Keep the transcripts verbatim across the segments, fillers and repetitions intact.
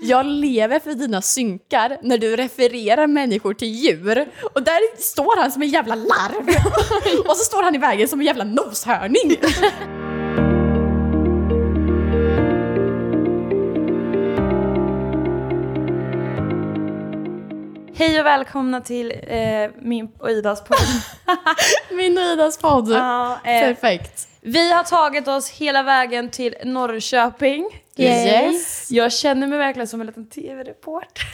Jag lever för dina synkar när du refererar människor till djur. Och där står han som en jävla larv. Och så står han i vägen som en jävla noshörning. Hej och välkomna till eh, min och Idas podd. Min och Idas podd. Ja, eh, Perfekt. Vi har tagit oss hela vägen till Norrköping. Yes. Jag känner mig verkligen som en liten tv-report.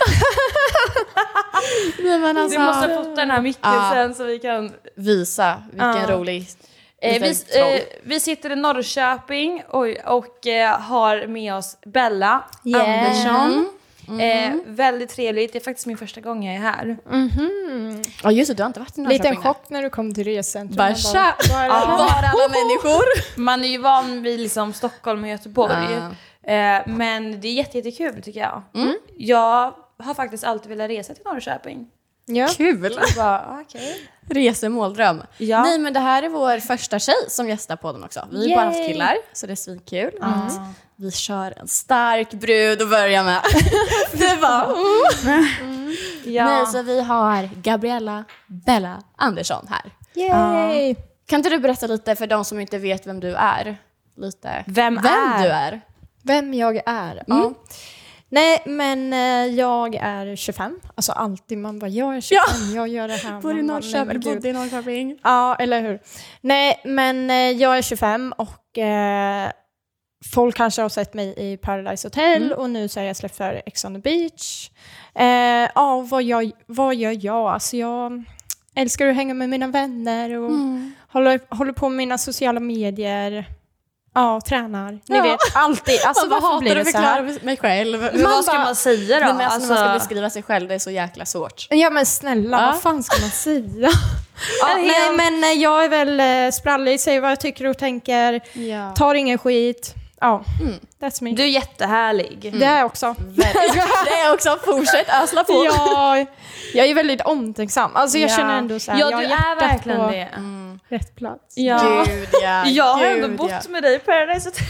Nej, men alltså, Vi måste fota den här micken ja. sen så vi kan visa vilken Ja. rolig eh, vi, eh, vi sitter i Norrköping och, och eh, har med oss Bella Yeah. Andersson. Mm. Eh, väldigt trevligt. Det är faktiskt min första gång jag är här. Mm-hmm. Ja just det, du har inte varit i Norrköping. Liten chock när du kom till rescentrum. Bara, tja! Var är alla människor? Man är ju van vid liksom Stockholm och Göteborg. Ah. Eh, men det är jätte, jättekul tycker jag. Mm. Jag har faktiskt alltid velat resa till Norrköping. Ja. Kul! Jag bara, okay. Resemåldröm. Ja. Nej, men det här är vår första tjej som gästar på den också. Vi är bara haft killar, så det är svinkul. Mm. Att vi kör en stark brud att börja med. Det var... Mm. Ja. Nej, så vi har Gabriella Bella Andersson här. Yay! Kan inte du berätta lite för de som inte vet vem du är? Lite. Vem vem är? du är? Vem jag är. Ja. Nej, men eh, jag är tjugofem. Alltså alltid man bara, jag är tjugofem, jag gör det här. Bor i Man bara, Norrköping, nej, men gud. bodde i Norrköping. Ja, eller hur? Nej, men eh, jag är tjugofem och eh, folk kanske har sett mig i Paradise Hotel Mm. och nu så är jag släppt för Ex on the Beach. Eh, ja, vad, jag, vad gör jag? Alltså jag älskar att hänga med mina vänner och Mm. håller, håller på med mina sociala medier. Ja, tränar. Ni Ja. vet, alltid. Alltså Vad varför blir hatar det att så här? förklara mig själv? Men Man vad ska bara- man säga då? Nej, men alltså, Alltså, när man ska beskriva sig själv, det är så jäkla svårt. Ja men snälla, Ja. vad fan ska man säga? ja, En nej hel- men eh, jag är väl eh, sprallig, säger vad jag tycker och tänker. Ja. Tar ingen skit. Ja, Mm. that's me. du är jättehärlig. Det är jag också. Det är också, fortsätt ösla på. Ja, jag är väldigt omtänksam. Alltså jag Ja. känner ändå så här, Ja, jag har du är hjärtat verkligen på det. Mm. rätt plats. Ja. Gud, ja. Jag har Gud, ändå bott ja. med dig i Paradise Hotel.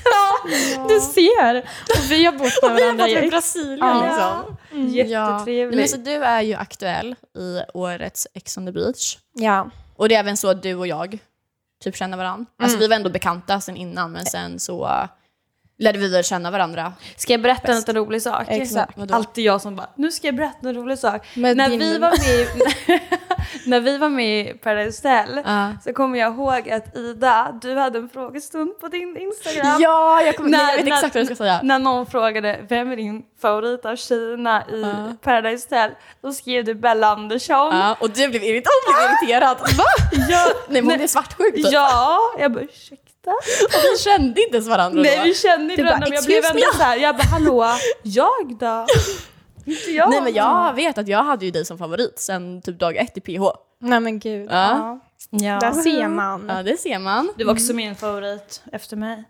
Ja, du ser. Och vi har bott med Vi har varandra varit i i Brasilien Ja. liksom. Jättetrevligt. Ja. Men så du är ju aktuell i årets Ex on the Beach. Ja. Och det är även så att du och jag typ känner varandra. Alltså vi var ändå bekanta sen innan, men sen så uh, lärde vi väl känna varandra. Ska jag berätta en Bäst. liten rolig sak? Exakt. Vadå? Alltid jag som bara, nu ska jag berätta en rolig sak. Med När din vi, mun. var med i, när vi var med i Paradise Hotel Ja. så kommer jag ihåg att Ida, du hade en frågestund på din Instagram. Ja, jag, kommer, När- nej, jag vet när- exakt vad jag ska säga. När någon frågade, vem är din favorit av tjejerna i Ja. Paradise Hotel? Då skrev du Bella Andersson. Ja, och du blev irriterad. Hon blev irriterad. Va? Ja, Nej, men hon blev svartsjuk typ. ja, jag bara ursäkta. Och vi kände inte ens varandra Nej, då. vi kände inte bara, varandra, men jag blev "Excuse ändå så här, jag bara hallå, jag då? Inte jag. Nej, men jag vet att jag hade ju dig som favorit sen typ dag ett i P H. Nej men gud. Ja. Ja. Ja. Där ser man. Ja, det ser man. Du var också min favorit efter mig.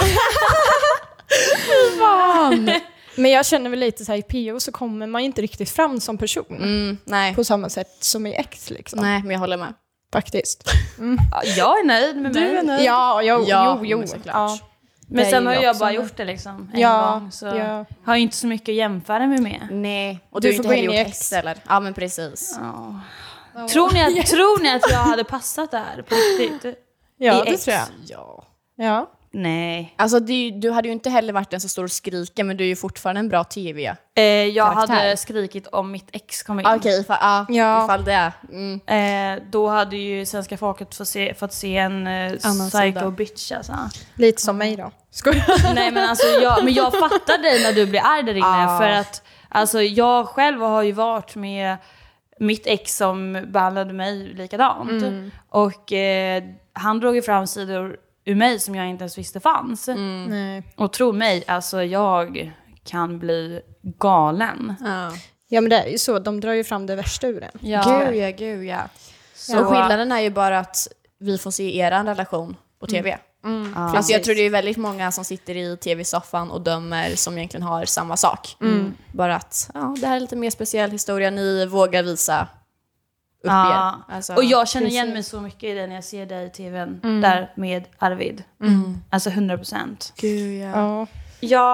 Fan. Men jag känner väl lite så här i P O så kommer man ju inte riktigt fram som person. Mm, nej. På samma sätt som i X liksom. Nej, men jag håller med. Faktiskt. Ja, jag är nöjd med mig. nöjd. Ja, jo, Ja, jo, jo. men såklart. Ja. Men Det sen är har jag jag också bara med. gjort det liksom en Ja, gång. Så ja. har jag inte så mycket att jämföra mig med. Nej. Och Du du har får inte gå heller in i gjort X. X eller? Ja, men precis. Ja. Tror, ni att, tror ni att jag hade passat där på riktigt? Ja, I det X. tror jag. Ja. Ja. Nej. Alltså du, du hade ju inte heller varit den som står och skriker, men du är ju fortfarande en bra tv. Eh, jag Karaktär. hade skrikit om mitt ex kom in. Ah, Okej, ifall, ah, Ja. ifall det är. Mm. Eh, då hade ju svenska folket fått se, fått se en eh, Annan psycho sida. bitch alltså. Lite som mig då. Skojar. Nej men alltså jag, men jag fattar dig när du blir arg där inne. Ah. För att alltså, jag själv har ju varit med mitt ex som behandlade mig likadant. Mm. Och eh, han drog ju fram sidor ur mig som jag inte ens visste fanns. Mm. Nej. Och tro mig, alltså jag kan bli galen. Ja. Ja men det är ju så, de drar ju fram det värsta ur en. Ja. Gud ja, gud ja. Så, Och skillnaden är ju bara att vi får se er relation på tv. Mm. ja. Alltså jag tror det är väldigt många som sitter i tv-soffan och dömer som egentligen har samma sak. Mm. Bara att ja, det här är lite mer speciell historia, ni vågar visa upp Ja. er. Alltså, Och jag känner igen precis. mig så mycket i det när jag ser dig i tvn Mm. där med Arvid. Mm. Alltså hundra procent. Gud ja. Ja. Ja,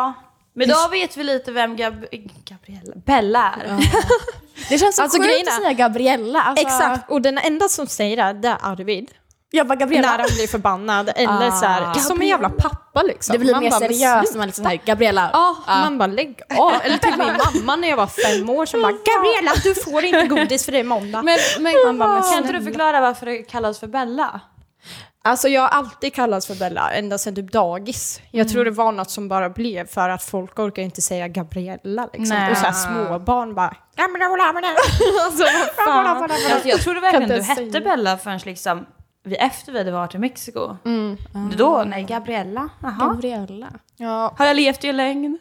Men då vet vi lite vem Gab- Gabriella Bella är. Ja. Det känns så Alltså, sjukt grejen är- att säga Gabriella. Alltså, Exakt, och den enda som säger det, det är Arvid. Jag bara Gabriella. När han blir förbannad. Eller Ah. så här, som en jävla pappa liksom. Det blir Man mer bara, men seriöst när man liksom här, Gabriella. Ja, man bara lägg av. Eller till min mamma när jag var fem år som bara Gabriella, du får inte godis för det är måndag. Men, men, man bara, men Kan inte du snälla. förklara varför det kallas för Bella? Alltså jag har alltid kallats för Bella, ända sedan typ dagis. Jag tror det var något som bara blev för att folk orkar inte säga Gabriella liksom. Nej. Och så här småbarn bara alltså, vad fan. Alltså, jag trodde verkligen Kan du inte hette säga. Bella förrän liksom vi efter vi hade varit i Mexiko. Mm. Då, nej, Gabriella. Jaha. Gabriella. Ja. Har jag levt i en längd?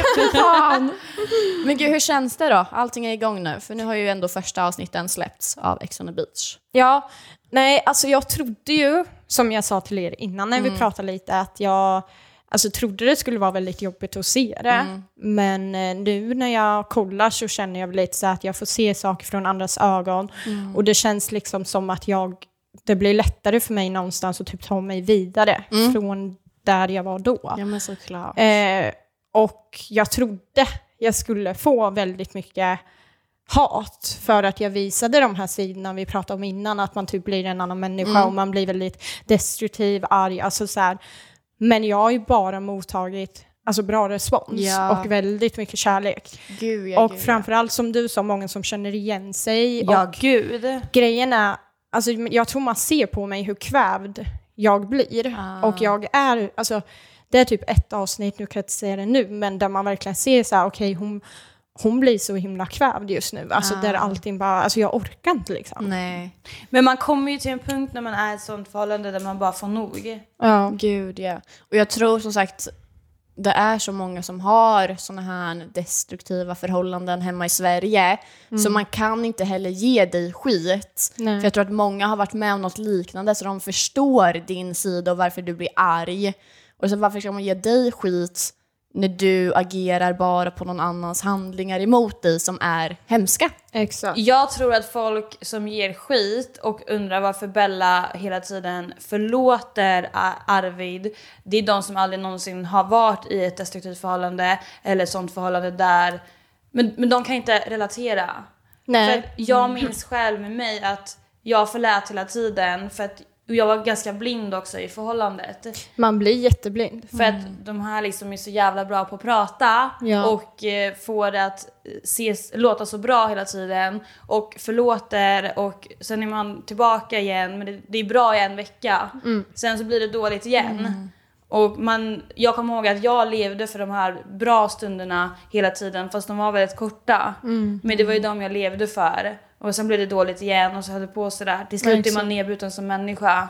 Men gud, hur känns det då? Allting är igång nu. För nu har ju ändå första avsnitten släppts av Ex on the Beach. Ja, nej, alltså jag trodde ju, som jag sa till er innan när vi Mm. pratade lite, att jag alltså, trodde det skulle vara väldigt jobbigt att se det. Mm. Men eh, nu när jag kollar så känner jag lite så att jag får se saker från andras ögon. Mm. Och det känns liksom som att jag, det blir lättare för mig någonstans att typ ta mig vidare Mm. från där jag var då. Ja, men såklart. Eh, och jag trodde jag skulle få väldigt mycket hat för att jag visade de här sidorna vi pratade om innan, att man typ blir en annan människa Mm. och man blir väldigt destruktiv, arg, alltså så här. Men jag har ju bara mottagit alltså bra respons Ja. och väldigt mycket kärlek. Gud, ja, och gud, framförallt som du sa, många som känner igen sig. Ja, Och gud. grejen är, alltså jag tror man ser på mig hur kvävd jag blir. Ah. Och jag är, alltså det är typ ett avsnitt, nu kan jag inte säga det nu, men där man verkligen ser så här, okej, hon, hon blir så himla kvävd just nu. Alltså Ah. där allting bara, alltså jag orkar inte liksom. Nej. Men man kommer ju till en punkt när man är i ett sånt förhållande där man bara får nog. Ja. Gud, ja. Och jag tror som sagt, det är så många som har såna här destruktiva förhållanden hemma i Sverige. Så man kan inte heller ge dig skit. Nej. För jag tror att många har varit med om något liknande, så de förstår din sida och varför du blir arg. Och så varför ska man ge dig skit när du agerar bara på någon annans handlingar emot dig som är hemska? Exakt. Jag tror att folk som ger skit och undrar varför Bella hela tiden förlåter A- Arvid, det är de som aldrig någonsin har varit i ett destruktivt förhållande eller ett sånt förhållande där, men, men de kan inte relatera. Nej. För att jag minns själv med mig att jag förlät hela tiden för att och jag var ganska blind också i förhållandet. Man blir jätteblind. För att de här liksom är så jävla bra på att prata Ja. och eh, får det att ses, låta så bra hela tiden och förlåter och sen är man tillbaka igen, men det, det är bra i en vecka. Sen så blir det dåligt igen. Och man, jag kommer ihåg att jag levde för de här bra stunderna hela tiden, fast de var väldigt korta. Men det var ju de jag levde för. Och sen blev det dåligt igen och så höll det på sådär. Till slut är Exakt. man nedbruten som människa.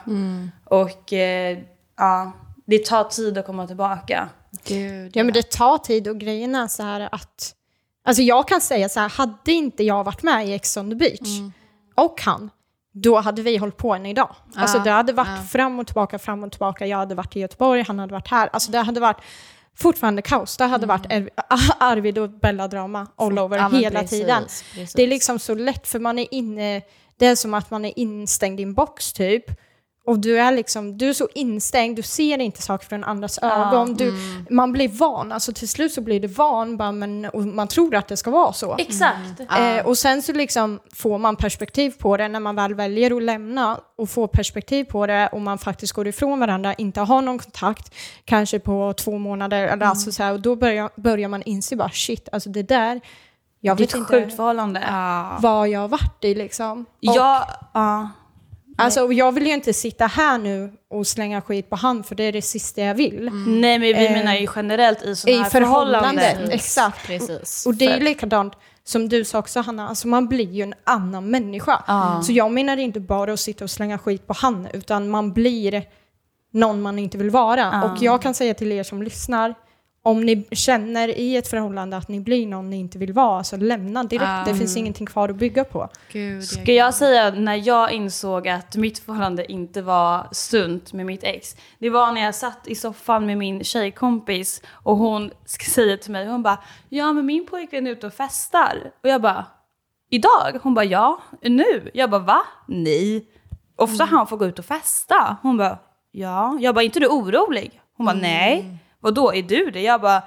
Och eh, ja, det tar tid att komma tillbaka. Gud, Ja, men det tar tid och grejen är så här att, alltså jag kan säga så här, hade inte jag varit med i Ex on the Beach och han, då hade vi hållit på än idag. Alltså Ah, det hade varit ah. fram och tillbaka, fram och tillbaka. Jag hade varit i Göteborg, han hade varit här. Alltså det hade varit fortfarande kaos. Det hade varit Ar- Arvid och Bella-drama all over Ja, men hela precis, tiden. precis. Det är liksom så lätt, för man är inne, det är som att man är instängd i en box typ. Och du är liksom, du är så instängd, du ser inte saker från andras ögon. Du, Man blir van, alltså till slut så blir det van, bara, men, och man tror att det ska vara så. Exakt. Eh, och sen så liksom får man perspektiv på det när man väl väljer att lämna och får perspektiv på det och man faktiskt går ifrån varandra, inte har någon kontakt, kanske på två månader eller Mm. alltså så här, och då börjar, börjar man inse bara shit, alltså det där, jag Det är vet ett inte sjukt förhållande. vad jag har varit i liksom. Och, Ja, ja. alltså, och jag vill ju inte sitta här nu och slänga skit på han, för det är det sista jag vill. Nej, men vi Eh, menar ju generellt i sådana i här förhållandet. förhållanden. Exakt. Precis. Och det är För- ju likadant som du sa också, Hanna, alltså man blir ju en annan människa. Så jag menar inte bara att sitta och slänga skit på han, utan man blir någon man inte vill vara. Och jag kan säga till er som lyssnar, om ni känner i ett förhållande att ni blir någon ni inte vill vara, så lämna direkt. Det finns ingenting kvar att bygga på. Gud, Ska jag säga när jag insåg att mitt förhållande inte var sunt med mitt ex, det var när jag satt i soffan med min tjejkompis och hon säger till mig, hon bara, ja men min pojkvän är ute och festar. Och jag bara, idag? Hon bara, ja, nu. Jag bara, va? Nej. Ofta han får gå ut och festa. Hon bara, ja. Jag bara, inte du orolig? Hon bara, nej. Vadå, är du det? Jag bara,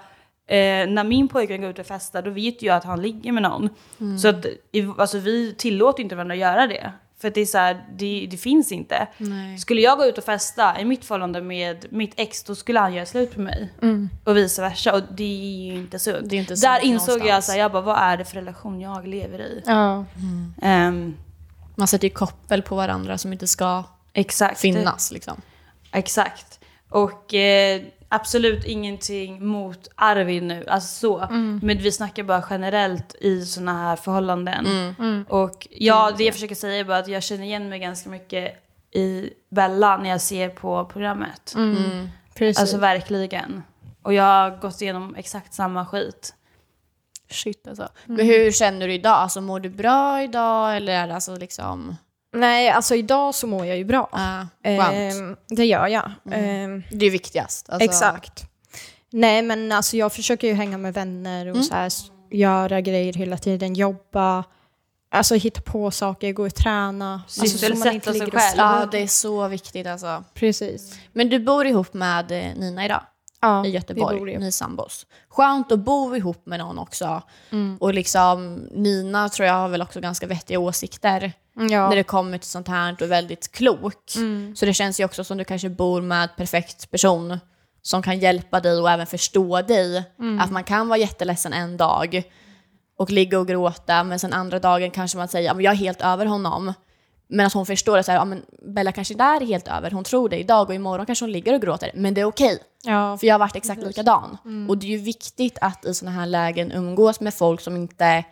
Eh, när min pojkvän går ut och festar, då vet jag att han ligger med någon. Mm. Så att alltså, vi tillåter inte varandra att göra det. För att det är så här, det, det finns inte. Nej. Skulle jag gå ut och festa i mitt förhållande med mitt ex, då skulle han göra slut på mig. Mm. Och vice versa. Och det är ju inte sunt. Det är inte Där sunt insåg någonstans. jag så här, jag bara, vad är det för relation jag lever i? Ja. Mm. Um, Man sätter ju koppel på varandra som inte ska exakt. finnas. Liksom. Exakt. Och eh, absolut ingenting mot Arvid nu. Alltså så. Mm. Men vi snackar bara generellt i såna här förhållanden. Mm. Mm. Och ja, det jag försöker säga är bara att jag känner igen mig ganska mycket i Bella när jag ser på programmet. Mm. Mm. Precis. Alltså verkligen. Och jag har gått igenom exakt samma skit. Shit alltså. Mm. Men hur känner du idag? Alltså mår du bra idag? Eller är det alltså liksom... Nej, alltså idag så mår jag ju bra. Ah, eh, det gör jag. Mm. Eh, det är viktigast. Alltså... Exakt. Nej, men alltså jag försöker ju hänga med vänner och mm. så här, göra grejer hela tiden, jobba, alltså hitta på saker, gå och träna. Sysselsätta alltså, sig själv. Ja, det är så viktigt alltså. Precis. Men du bor ihop med Nina idag? Ja, i Göteborg, ni sambos. Skönt att bo ihop med någon också. Mm. Och liksom, Nina tror jag har väl också ganska vettiga åsikter ja. när det kommer till sånt här och är väldigt klok. Mm. Så det känns ju också som du kanske bor med en perfekt person som kan hjälpa dig och även förstå dig. Mm. Att man kan vara jätteledsen en dag och ligga och gråta, men sen andra dagen kanske man säger att jag är helt över honom. Men att hon förstår det så här, ja, men Bella kanske där är helt över. Hon tror det idag och imorgon kanske hon ligger och gråter. Men det är okej. Ja, för jag har varit exakt likadan. Mm. Och det är ju viktigt att i såna här lägen umgås med folk som inte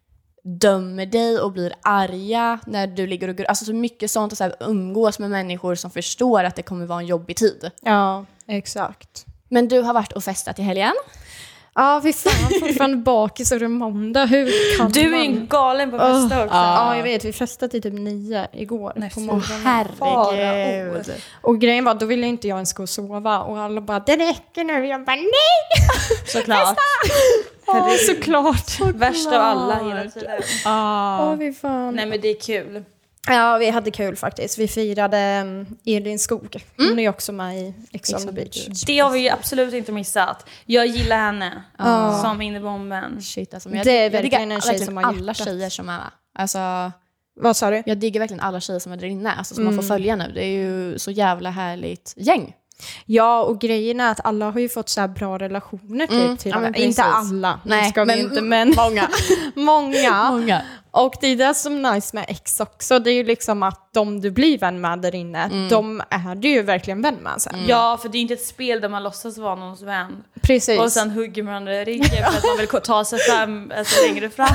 dömer dig och blir arga när du ligger och gråter. Alltså så mycket sånt att så här, umgås med människor som förstår att det kommer vara en jobbig tid. Ja, exakt. Men du har varit och festat i helgen. Ja, vi fan fortfarande bakis och det är måndag. Hur kan du man? är en galen på festa oh, också. Ja, jag vet. Vi festade till typ nio igår. Nej, på morgonen. Herregud. Och grejen var, då ville inte jag ens gå och sova. Och alla bara, det räcker nu. Och jag bara, nej! Såklart. Ja, såklart. såklart. Värsta av alla hela tiden. Ja, oh, vi fan. Nej, men det är kul. Ja, vi hade kul faktiskt. Vi firade um, Elin Skog. Hon mm. är också med i Ex on the Beach. Det har vi absolut inte missat. Jag gillar henne uh. som innebomben. Shit, alltså, men jag, det är verkligen en tjej som har alla tjejer som är med. Alltså, vad sa du? Jag diggar verkligen alla tjejer som är där inne. Alltså, som mm. man får följa nu. Det är ju så jävla härligt gäng. Ja, och grejen är att alla har ju fått så här bra relationer typ, mm. till ja, inte alla. Nej, ska men, vi inte, men många. många. många. Och det är det som är nice med ex också. Det är ju liksom att de du blir vän med där inne, mm. de är du ju verkligen vän med sen. Mm. Ja, för det är inte ett spel där man låtsas vara någons vän. Precis. Och sen hugger man varandra i ryggen för att man vill ta sig fram, alltså längre fram.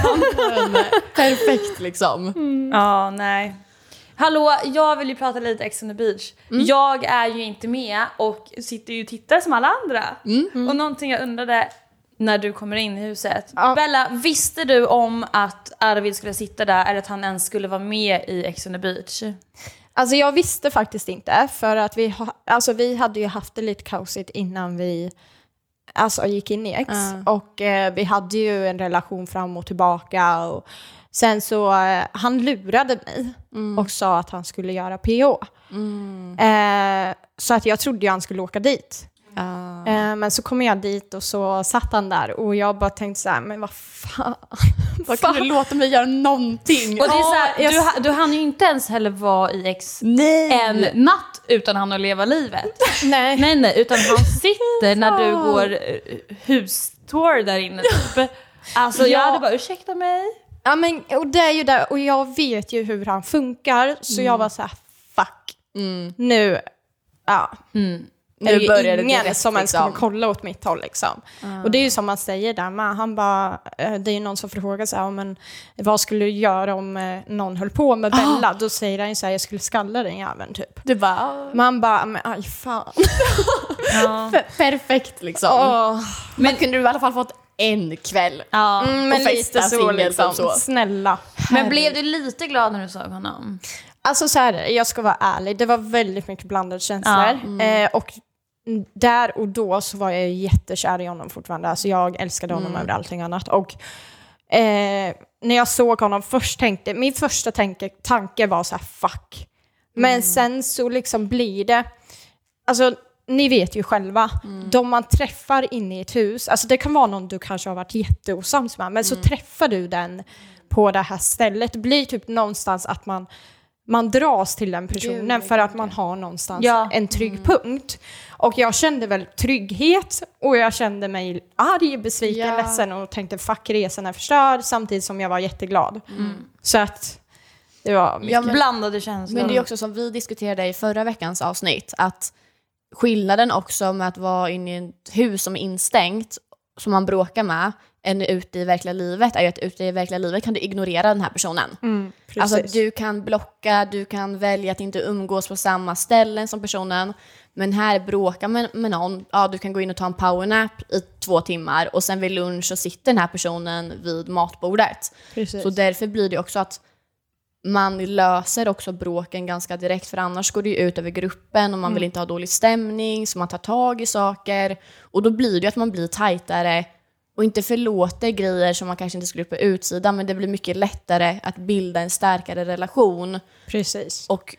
Perfekt liksom. Mm. Ja, nej. Hallå, jag vill ju prata lite Ex on the Beach. Mm. Jag är ju inte med och sitter ju och tittar som alla andra. Mm. Mm. Och någonting jag undrade när du kommer in i huset. Ja. Bella, visste du om att Arvid skulle sitta där eller att han ens skulle vara med i Ex on the Beach? Alltså jag visste faktiskt inte, för att vi, ha, alltså vi hade ju haft det lite kaosigt innan vi alltså, gick in i Ex. Mm. Och eh, vi hade ju en relation fram och tillbaka och sen så, eh, han lurade mig mm. och sa att han skulle göra P H. Mm. Eh, så att jag trodde ju han skulle åka dit. Uh. Eh, men så kom jag dit och så satt han där och jag bara tänkte så här, men vad fan. Vad kan du låta mig göra någonting? Och det är så här, jag... du, du hann ju inte ens heller vara i Ex nej. en natt utan han att leva livet. nej. nej, nej, utan han sitter när du går hustour där inne typ. Alltså jag hade bara, ursäkta mig. Ja, men och det är ju där, och jag vet ju hur han funkar, så mm. jag var så här, fuck. Mm. Nu, ja. Mm. Nu är det ju ingen direkt, som ens liksom. kommer kolla åt mitt håll liksom. Mm. Och det är ju som man säger där, men han bara, det är ju någon som frågar så här, men vad skulle du göra om någon höll på med Bella? Oh. Då säger han ju så här, jag skulle skalla den jäveln typ. Det bara, man bara, men aj fan. ja. Perfekt liksom. Oh. Men kunde du i alla fall fått en kväll. Ja, mm, men lite så liksom. Så. Snälla. Men blev du lite glad när du såg honom? Alltså så här, jag ska vara ärlig. Det var väldigt mycket blandade känslor. Ja. Mm. Eh, och där och då så var jag jättekär i honom fortfarande. Alltså jag älskade honom mm. över allting annat. Och eh, när jag såg honom först tänkte, min första tanke, tanke var så här, fuck. Men mm. sen så liksom blir det, alltså ni vet ju själva, mm. de man träffar inne i ett hus, alltså det kan vara någon du kanske har varit jätteosams med, men mm. så träffar du den på det här stället. Det blir typ någonstans att man, man dras till den personen Gud, för att man har någonstans ja. en trygg mm. punkt. Och jag kände väl trygghet och jag kände mig arg, besviken, ja. ledsen och tänkte fuck, resan är förstörd, samtidigt som jag var jätteglad. Mm. Så att det var mycket ja, men, blandade känslor. Men det är också som vi diskuterade i förra veckans avsnitt, att skillnaden också med att vara inne i ett hus som är instängt, som man bråkar med, än ute i verkliga livet, är ju att ute i verkliga livet kan du ignorera den här personen. Mm, alltså du kan blocka, du kan välja att inte umgås på samma ställen som personen, men här bråkar med, med någon, ja du kan gå in och ta en powernap i två timmar och sen vid lunch så sitter den här personen vid matbordet. Precis. Så därför blir det också att man löser också bråken ganska direkt, för annars går det ju ut över gruppen och man mm. vill inte ha dålig stämning, så man tar tag i saker och då blir det ju att man blir tajtare och inte förlåter grejer som man kanske inte skulle på utsidan, men det blir mycket lättare att bilda en starkare relation. Precis. Och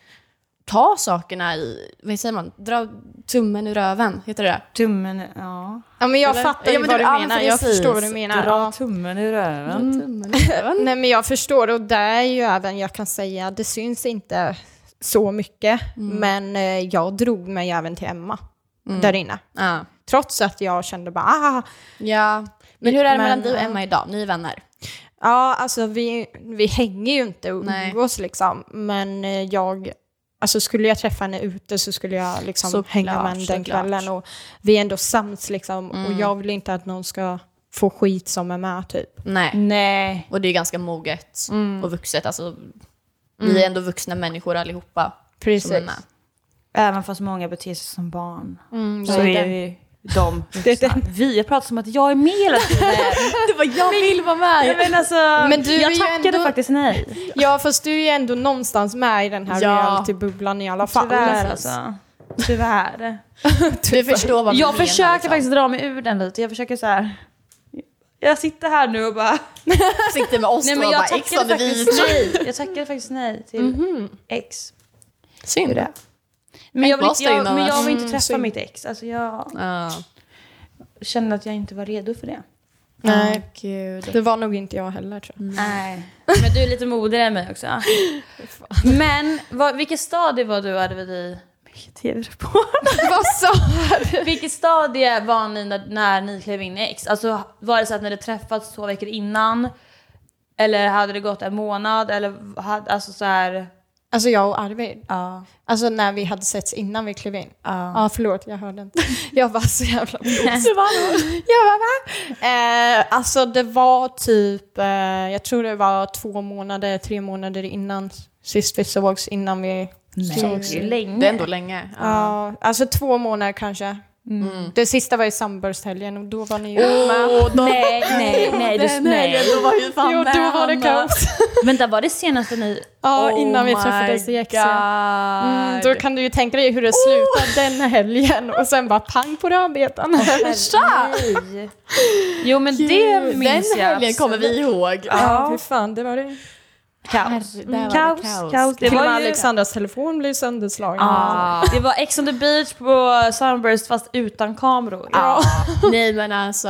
ta sakerna i, vad säger man, dra tummen ur röven, heter det? Tummen, ja. Ja, men jag Eller? fattar ju ja, vad du menar, jag förstår vad du menar. Dra tummen ur röven. Tummen ur röven. Nej, men jag förstår, och det är ju även, jag kan säga, det syns inte så mycket, mm. men eh, jag drog mig även till Emma mm. där inne. Ah. Trots att jag kände bara, ah. Ja, men hur är det men, mellan du och Emma idag? Ni är vänner? Ja, alltså vi, vi hänger ju inte och umgås liksom, men eh, jag... Alltså skulle jag träffa henne ute så skulle jag liksom så hänga klart, med henne den kvällen. Och vi är ändå sams liksom. Mm. Och jag vill inte att någon ska få skit som är med typ. Nej. Nej. Och det är ganska moget mm. och vuxet. Alltså, mm. vi är ändå vuxna människor allihopa. Precis. Som är med. Även fast många beter sig som barn. Mm, så är vi de vuxna. Vi har pratat som att jag är med hela tiden. Det var jag vill vara med. Jag, men alltså, men du jag tackade ändå... faktiskt nej. Ja, fast du är ju ändå någonstans med i den här ja. reality-bubblan i alla fall. Tyvärr alltså. Tyvärr. Du förstår vad jag försöker liksom. faktiskt dra mig ur den lite. Jag försöker så här. Jag sitter här nu och bara sitter med oss nej, men och bara X on the nej. Jag tackade faktiskt nej till mm-hmm. X. Synd det. Men jag, vill, jag, men jag vill inte träffa mm, mitt ex. Alltså jag uh. kände att jag inte var redo för det. Nej, oh, gud. Det var nog inte jag heller, tror jag. Nej. Men du är lite modigare än mig också. Men vad, vilket stadie var du hade vi i tv-reporter? Vad sa du? Vilket stadie var ni när, när ni klev in i ex? Alltså var det så att ni hade träffats två veckor innan? Eller hade det gått en månad? Eller hade, alltså så här... Alltså jag och Arvid. Ja. Alltså när vi hade setts innan vi klev in. Ja, ah, förlåt, jag hörde inte. Jag var så jävla blåst. Du var då? Jag var med. Eh, alltså det var typ, eh, jag tror det var två månader, tre månader innan sist vi sågs, innan vi sågs. Det är länge. Det är ändå länge. Ja, uh, alltså två månader kanske. Mm. Det sista var i Sunburst-helgen och då var ni ju oh, med. Då, nej, nej, nej, det, nej. Då var ju fan jo, då var det kaos. Vänta, var det senaste ni... Ja, oh innan vi träffades i X. Mm, då kan du ju tänka dig hur det slutade oh. den helgen och sen bara pang på rödbetan. Oh, jo, men Gud, det minns jag. Den helgen kommer vi ihåg. Ja, ja för fan, det var det. Kaos. Mm. Kaos. Kaos. Kaos. Det Till var ju... Alexandras telefon blev sönderslagen. Ah. Det var Ex on the Beach på Sunburst fast utan kameror. Ah. Nej men alltså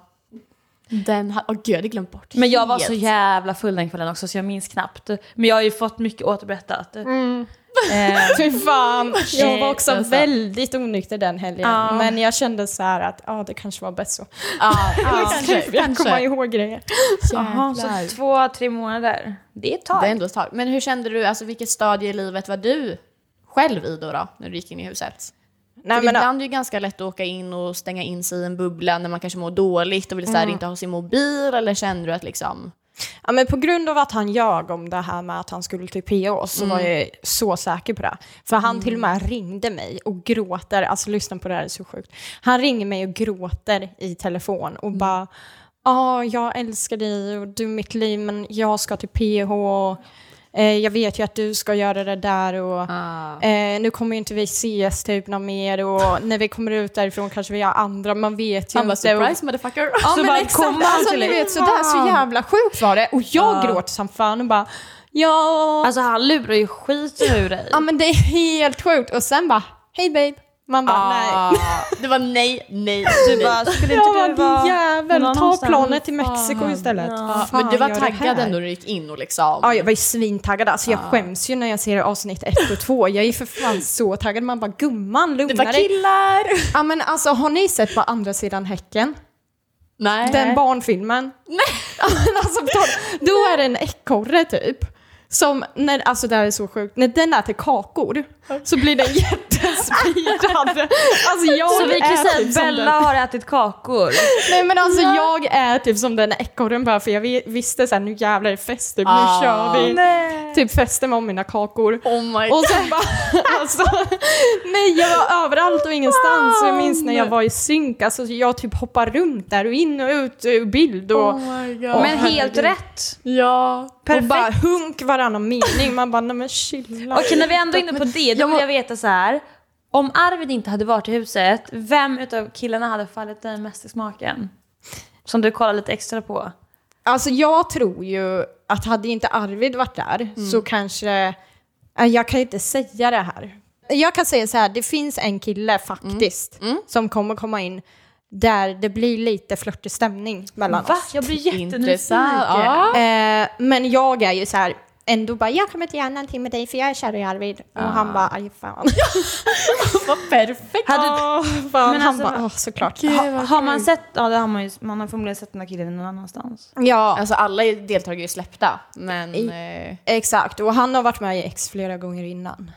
den ha... oh, gud, jag hade glömt bort. Men jag var så jävla full den kvällen också så jag minns knappt. Men jag har ju fått mycket återberättat. Mm. Fy fan. Jag var också väldigt onykter den helgen. Ah. Men jag kände så här att ah, det kanske var bäst så. Ah, ah, kanske, jag kommer ihåg grejer. Jaha, så två, tre månader. Det är ett tag. Det är ändå ett tag. Men hur kände du, alltså vilket stadie i livet var du själv i då, då när du gick in i huset? Nej, men ibland är det ju ganska lätt att åka in och stänga in sig i en bubbla när man kanske mår dåligt och vill så här, mm. inte ha sin mobil, eller känner du att liksom... Ja, men på grund av att han ljög om det här med att han skulle till P O så mm. var jag så säker på det. För han mm. till och med ringde mig och gråter, alltså lyssna på det här, är så sjukt. Han ringer mig och gråter i telefon och mm. bara, ja, jag älskar dig och du är mitt liv, men jag ska till P H och eh, jag vet ju att du ska göra det där och ah. eh, nu kommer ju inte vi ses typ något mer och när vi kommer ut därifrån kanske vi har andra, man vet ju han inte. Han bara, surprise motherfucker. Ja, men exakt, alltså ni vet sådär, så jävla sjukt var det och jag ah. gråter som fan och bara, ja. Alltså han lurar ju skiten ur dig. Ja men det är helt sjukt och sen bara, hej babe. Man bara, Ah, nej. det var nej, nej, Du nej. bara, skulle Jag inte bara, du vara din jävel, någon ta någonstans? planet till Mexiko Fan. istället. Ja. Fan, Men du var gör det taggad här. ändå när du gick in och liksom... Ja, jag var ju svintaggad. Alltså jag skäms ju när jag ser avsnitt ett och två. Jag är för fan så taggad. Man bara, gumman, Det lugna var dig. killar! Ja, men alltså, har ni sett på andra sidan häcken? Nej. Den barnfilmen? Nej. Men alltså, då är det en ekorre typ. Som, när, alltså det här är så sjukt, när den äter kakor så blir den jättespirad. Alltså jag Så vi kan är säga typ att som Bella den. har ätit kakor. Nej men alltså jag är typ som den ekorren bara för jag vi- visste såhär, nu jävlar är det fest, typ, nu Ah. kör vi. Nej. Typ festen med mina kakor. Oh my Och sen bara, alltså, nej jag var överallt och ingenstans. Och jag minns när jag var i synk, alltså jag typ hoppar runt där och in och ut ur bild och, Oh my God. Åh, Men helt herregud. rätt. Ja. och Perfekt. bara hunk varannan mening. Man bara, nej men chilla. Okej, när vi ändå är inne på det, då Jag vill må- jag veta så här. Om Arvid inte hade varit i huset, vem utav killarna hade fallit dig mest i smaken? Som du kollar lite extra på. Alltså jag tror ju att hade inte Arvid varit där så kanske, äh, jag kan inte säga det här. Jag kan säga så här, det finns en kille faktiskt som kommer komma in där det blir lite flörtig stämning mellan Va? oss. Jag blir jättenyfiken. Intressant. Ja. Eh, men jag är ju så här, ändå bara, jag kommer inte göra någonting med dig för jag är kär i Arvid. Och han bara, aj fan. Vad perfekt. Hade, Åh, fan. Men Han alltså, bara, åh, såklart. ha, har man sett, ja det har man ju, man har förmodligen sett den här killen någon annanstans. Ja, Alltså alla deltagare är släppta, men... I- Eh, exakt. Och han har varit med i X flera gånger innan.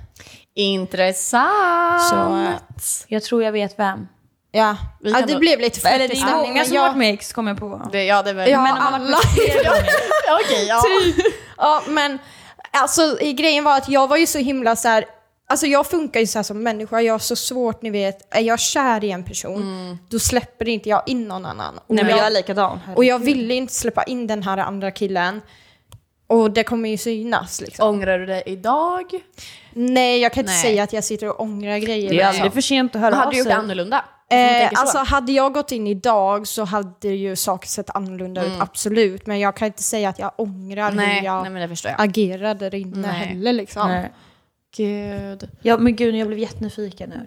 intressant. Så, Jag tror jag vet vem. Ja, Vi ja kan det då- blev lite Eller det flörtig är stämning. många Men som har varit jag, med i X, kommer jag på. Det, ja, det är väl... ja, Men om man har alla. varit med flera gånger. Okej, ja. Ja, men alltså i grejen var att jag var ju så himla så här. Alltså jag funkar ju så här som människa. Jag har så svårt, ni vet. Är jag kär i en person, då släpper inte jag in någon annan. Och Nej men jag, jag är likadan. och jag ville inte släppa in den här andra killen. Och det kommer ju synas liksom. Ångrar du det idag? Nej, jag kan inte Nej. säga att jag sitter och ångrar grejer. Det är men- aldrig för sent att höra Men av hade du gjort sig. det annorlunda? Får man Eh, tänka så? alltså hade jag gått in idag så hade ju saker sett annorlunda ut, absolut. Men jag kan inte säga att jag ångrar nej, hur jag nej, men det förstår jag. agerade där inne Nej. heller liksom. Nej. Gud. Ja, men gud, jag blev jättenyfiken nu.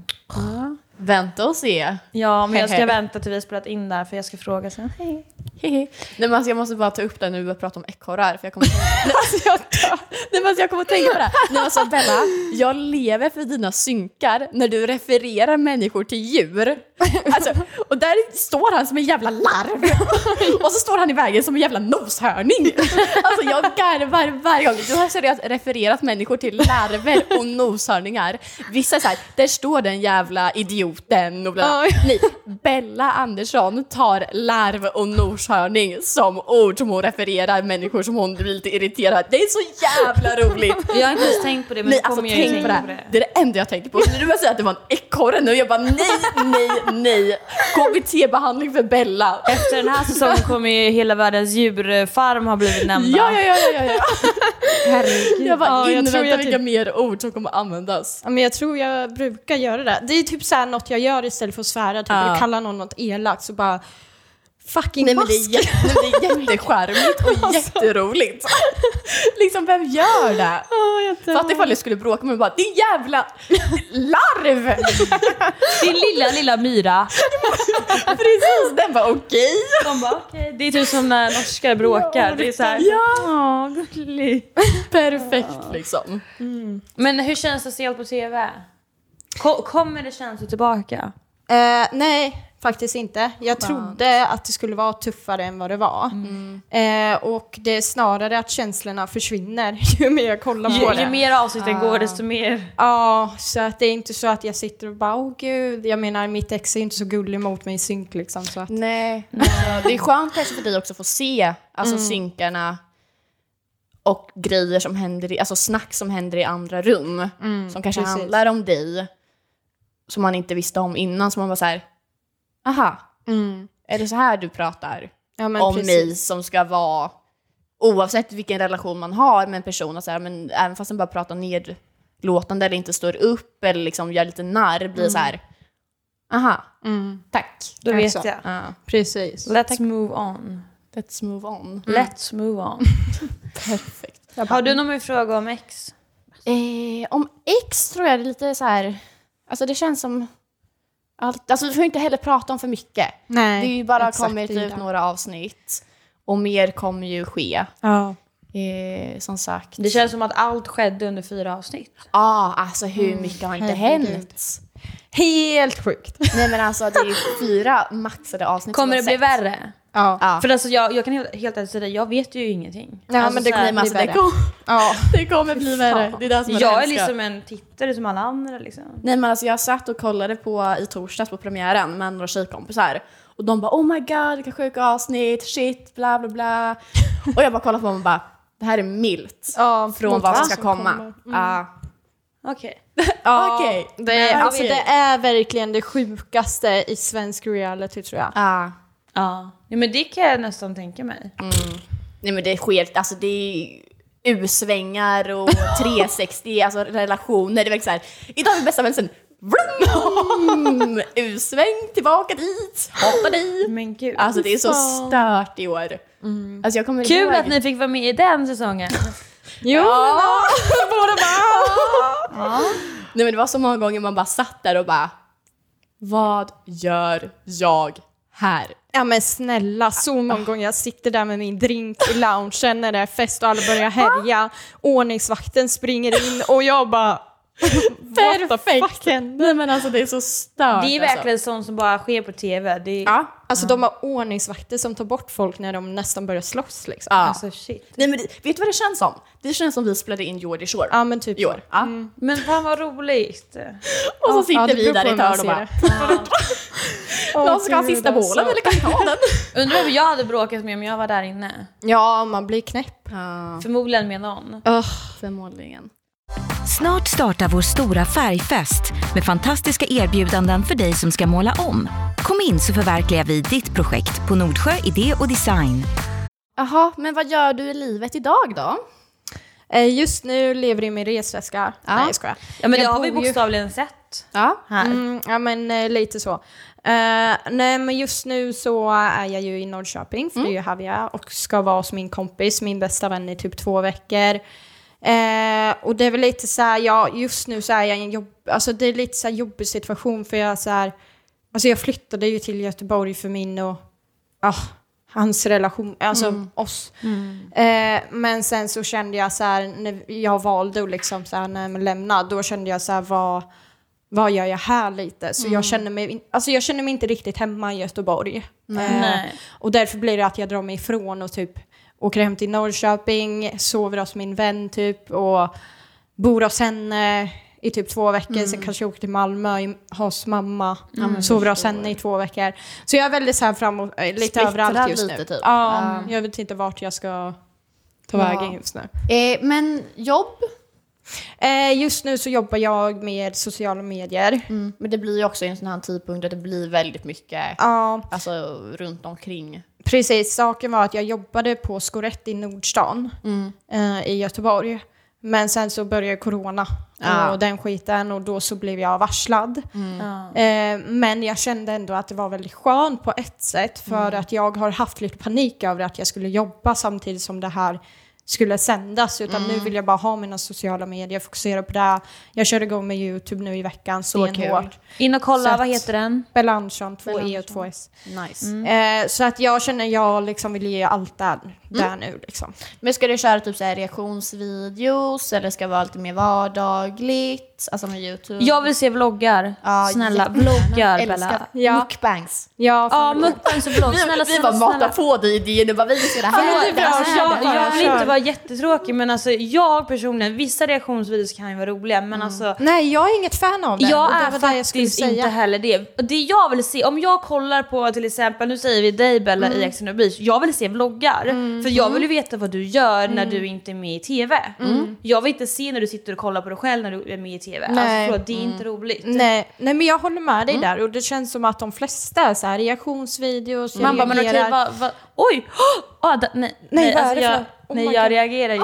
Vänta och se. Ja, men jag ska Hehe. vänta till vi har spelat in där för jag ska fråga sen. Hej. Hehe. Nej, men alltså, jag måste bara ta upp det när vi börjar prata om ekorrar. För jag kommer tänka... alltså, jag... Nej, men alltså, jag kommer att tänka på det. Nej, alltså, Bella, jag lever för dina synkar när du refererar människor till djur. Alltså, och där står han som en jävla larv. Och så står han i vägen som en jävla noshörning. Alltså jag garvar varje gång. Du har seriöst refererat människor till larver och noshörningar. Vissa är så här, där står den jävla idioten och bla bla. Nej, Bella Andersson tar larv och noshörning som ord som hon refererar människor som hon blir lite irriterad. Det är så jävla roligt. Jag har inte ens tänkt på det, men Nej, nu alltså kommer jag ju tänk på tänka det. på det. Det är det enda jag tänker på. När du börjar säga att det var en ekorre nu, jag bara nej, nej, nej. K B T-behandling för Bella. Efter den här säsongen kommer ju hela världens djurfarm ha blivit nämnda. Ja, ja, ja, ja, ja. Herregud. Jag bara Ja, jag tror inväntar jag vilka typ- mer ord som kommer användas. Ja, men jag tror jag brukar göra det. Det är typ så här något jag gör istället för att svära, typ, Ja. eller kalla någon något elakt, så bara fucking Nej, men det är, mask. jä- nej, men det är jättecharmigt och jätteroligt. Liksom, vem gör det? Åh, jag dör. Fatta ifall jag skulle bråka med bara, din jävla larv! Din lilla, lilla myra. Precis, den bara okej. De bara, okej. Det är typ som när norskar bråkar. Det är så här, Ja, gullig. perfekt liksom. Men hur känns det att se allt på tv? Ko- kommer det känslor tillbaka? Eh, nej, faktiskt inte. Jag trodde att det skulle vara tuffare än vad det var. Eh, och det är snarare att känslorna försvinner ju mer jag kollar på Ju, det. ju mer avsnitten går, desto mer... Ja, så att det är inte så att jag sitter och bara, åh gud, jag menar mitt ex är inte så gullig mot mig i synk liksom. Så att, Nej, alltså, det är skönt kanske för dig också att få se alltså, synkarna och grejer som händer i, alltså snack som händer i andra rum som kanske precis. handlar om dig som man inte visste om innan, som man var så här, aha, mm. är det så här du pratar Ja, men om precis. mig som ska vara, oavsett vilken relation man har med en person, och så här, men även fast den bara pratar nedlåtande eller inte står upp eller liksom gör lite narr, blir så här, aha, Mm. tack. Då vet Exakt. jag. Ja, Precis. Let's move on. let's move on. Let's move on. Perfekt. Har du någon mer fråga om ex? Eh, om X tror jag det är lite så här, alltså det känns som Allt, alltså vi får inte heller prata om för mycket. Nej, det är ju bara exakt, kommit det är ut det. några avsnitt. Och mer kommer ju ske. Ja. Eh, som sagt. Det känns som att allt skedde under fyra avsnitt. Ja, ah, alltså hur mycket har inte herregud. hänt? Helt sjukt. Nej men alltså det är ju fyra maxade avsnitt. Kommer det som bli jag har sett. värre? Ja. Ja. För alltså jag, jag kan helt, helt ärligt säga, jag vet ju ingenting. Ja, alltså, men det så här, kommer Alltså, bli det, värre. kom, Ja. det kommer bli värre. Det är det som är det jag är hemska. liksom en tittare som alla andra liksom. Nej men alltså jag satt och kollade på i torsdags på premiären med några tjejkompisar. Och de bara oh my god vilka sjuka avsnitt, shit bla bla bla. Och jag bara kollade på dem och bara det här är milt. Ja, Från mot vad som vad ska som komma. kommer. Ja. Okej. Ja, Okej. det, är- alltså, Okej. det är verkligen det sjukaste i svensk reality tror jag. Ja. Ja. ja. Men det kan jag nästan tänka mig. Nej men det sker, alltså det är U-svängar och trehundrasextio, alltså relationer. Det är verkligen så här, idag är vi bästa vänner sen. Vroom! U-sväng, tillbaka dit, hatar dig. Men gud. Alltså det är så stört i år. Alltså, jag kommer Kul ihåg- att ni fick vara med i den säsongen. Jo, Ja. båda bara. Nej men det var så många gånger man bara satt där och bara vad gör jag här? Ja men snälla, så många gånger jag sitter där med min drink i loungen när det är fest och alla börjar härja. Ordningsvakten springer in och jag bara what the fuck hände? Nej men alltså det är så stört. Det är verkligen sånt som bara sker på tv. Det är, Alltså. Alltså de har ordningsvakter som tar bort folk när de nästan börjar slåss liksom. Ja. Alltså shit. Nej men det, vet du vad det känns som? Det känns som vi spelade in Geordie Shore Ja men typ i år. Ja. Men fan vad roligt. Och så Ja, sitter det vi beror där på i hur ett man hörn och ser bara någon ska ha sista gud, alltså. bålen eller kan vi ta den? Undrar hur jag hade bråkat med om jag var där inne. Ja, man blir knäpp. Ja, Förmodligen med någon. förmodligen. Snart startar vår stora färgfest med fantastiska erbjudanden för dig som ska måla om. Kom in så förverkligar vi ditt projekt på Nordsjö Idé och Design. Jaha, men vad gör du i livet idag då? Eh, Just nu lever jag i min resväska. Ja. Nej jag skojar. Ja men Jag det har vi bor ju- bokstavligen sett Ja. här. Mm, ja men eh, lite så. Eh, nej men just nu så är jag ju i Norrköping för det är ju här vi är och ska vara hos min kompis, min bästa vän i typ två veckor. Eh, och det är väl lite så här, ja just nu så är jag i en jobb, alltså det är lite så här jobbig situation för jag så här, alltså jag flyttade ju till Göteborg för min och ah, hans relation, alltså oss. Eh, men sen så kände jag så här, när jag valde att liksom så här, när man lämnade, då kände jag så här, vad, vad gör jag här lite? Så jag känner mig, in- alltså jag känner mig inte riktigt hemma i Göteborg. Eh, Nej. och därför blir det att jag drar mig ifrån och typ åker hem till Norrköping, sover hos min vän typ och bor hos henne i typ två veckor. Sen kanske jag åker till Malmö i, hos mamma, sover hos henne i två veckor. Så jag är väldigt så här framåt, äh, lite Splittrad överallt just lite, nu. typ. Ja, jag vet inte vart jag ska ta Ja. vägen just nu. Eh, men jobb? Eh, just nu så jobbar jag med sociala medier. Mm. Men det blir ju också en sån här tidpunkt där det blir väldigt mycket Ja, alltså, runt omkring. precis. Saken var att jag jobbade på Skorätt i Nordstan eh, i Göteborg. Men sen så började corona Ja. och den skiten och då så blev jag varslad. Ja. Eh, men jag kände ändå att det var väldigt skönt på ett sätt för att jag har haft lite panik över att jag skulle jobba samtidigt som det här skulle sändas, utan nu vill jag bara ha mina sociala medier, fokusera på det. Jag kör igång med YouTube nu i veckan, Så stenhårt. In och kolla, Så vad att- heter den? Bella Andersson, två E och Andersson. två S. Nice. Eh, så att jag känner jag liksom vill ge allt där, där nu liksom. Men ska du köra typ så här reaktionsvideos eller ska det vara lite mer vardagligt? Alltså med YouTube? Jag vill se vloggar. Ja, Snälla, jättegärna. vloggar Älskar Bella. Ja. mukbangs. Ja, Ja, fan, mukbangs och vlogg. Snälla, Vi snälla, bara matar snälla. på dig idén och bara vi ska det här. Ja, det är bra. här, Kör det bara. här. Jag vill kör. inte vara jättetråkig, men alltså jag personligen, vissa reaktionsvideos kan ju vara roliga, men alltså Nej, jag är inget fan av det. jag Och det är var det jag skulle faktiskt inte säga. heller det. Det jag vill se, om jag kollar på till exempel, nu säger vi dig Bella i Ex on the Beach, jag vill se vloggar. För jag vill ju veta vad du gör när du inte är med i tv. Jag vill inte se när du sitter och kollar på dig själv när du är med i tv. Nej. Alltså förlåt, det är inte roligt. Nej, nej, men jag håller med dig där och det känns som att de flesta är så här reaktionsvideos, jag Man bara, men okej, reagerar. vad, vad, oj! Oh, da, nej, Nej, vad är alltså det jag, för något? Oh nej my jag God. reagerar ju.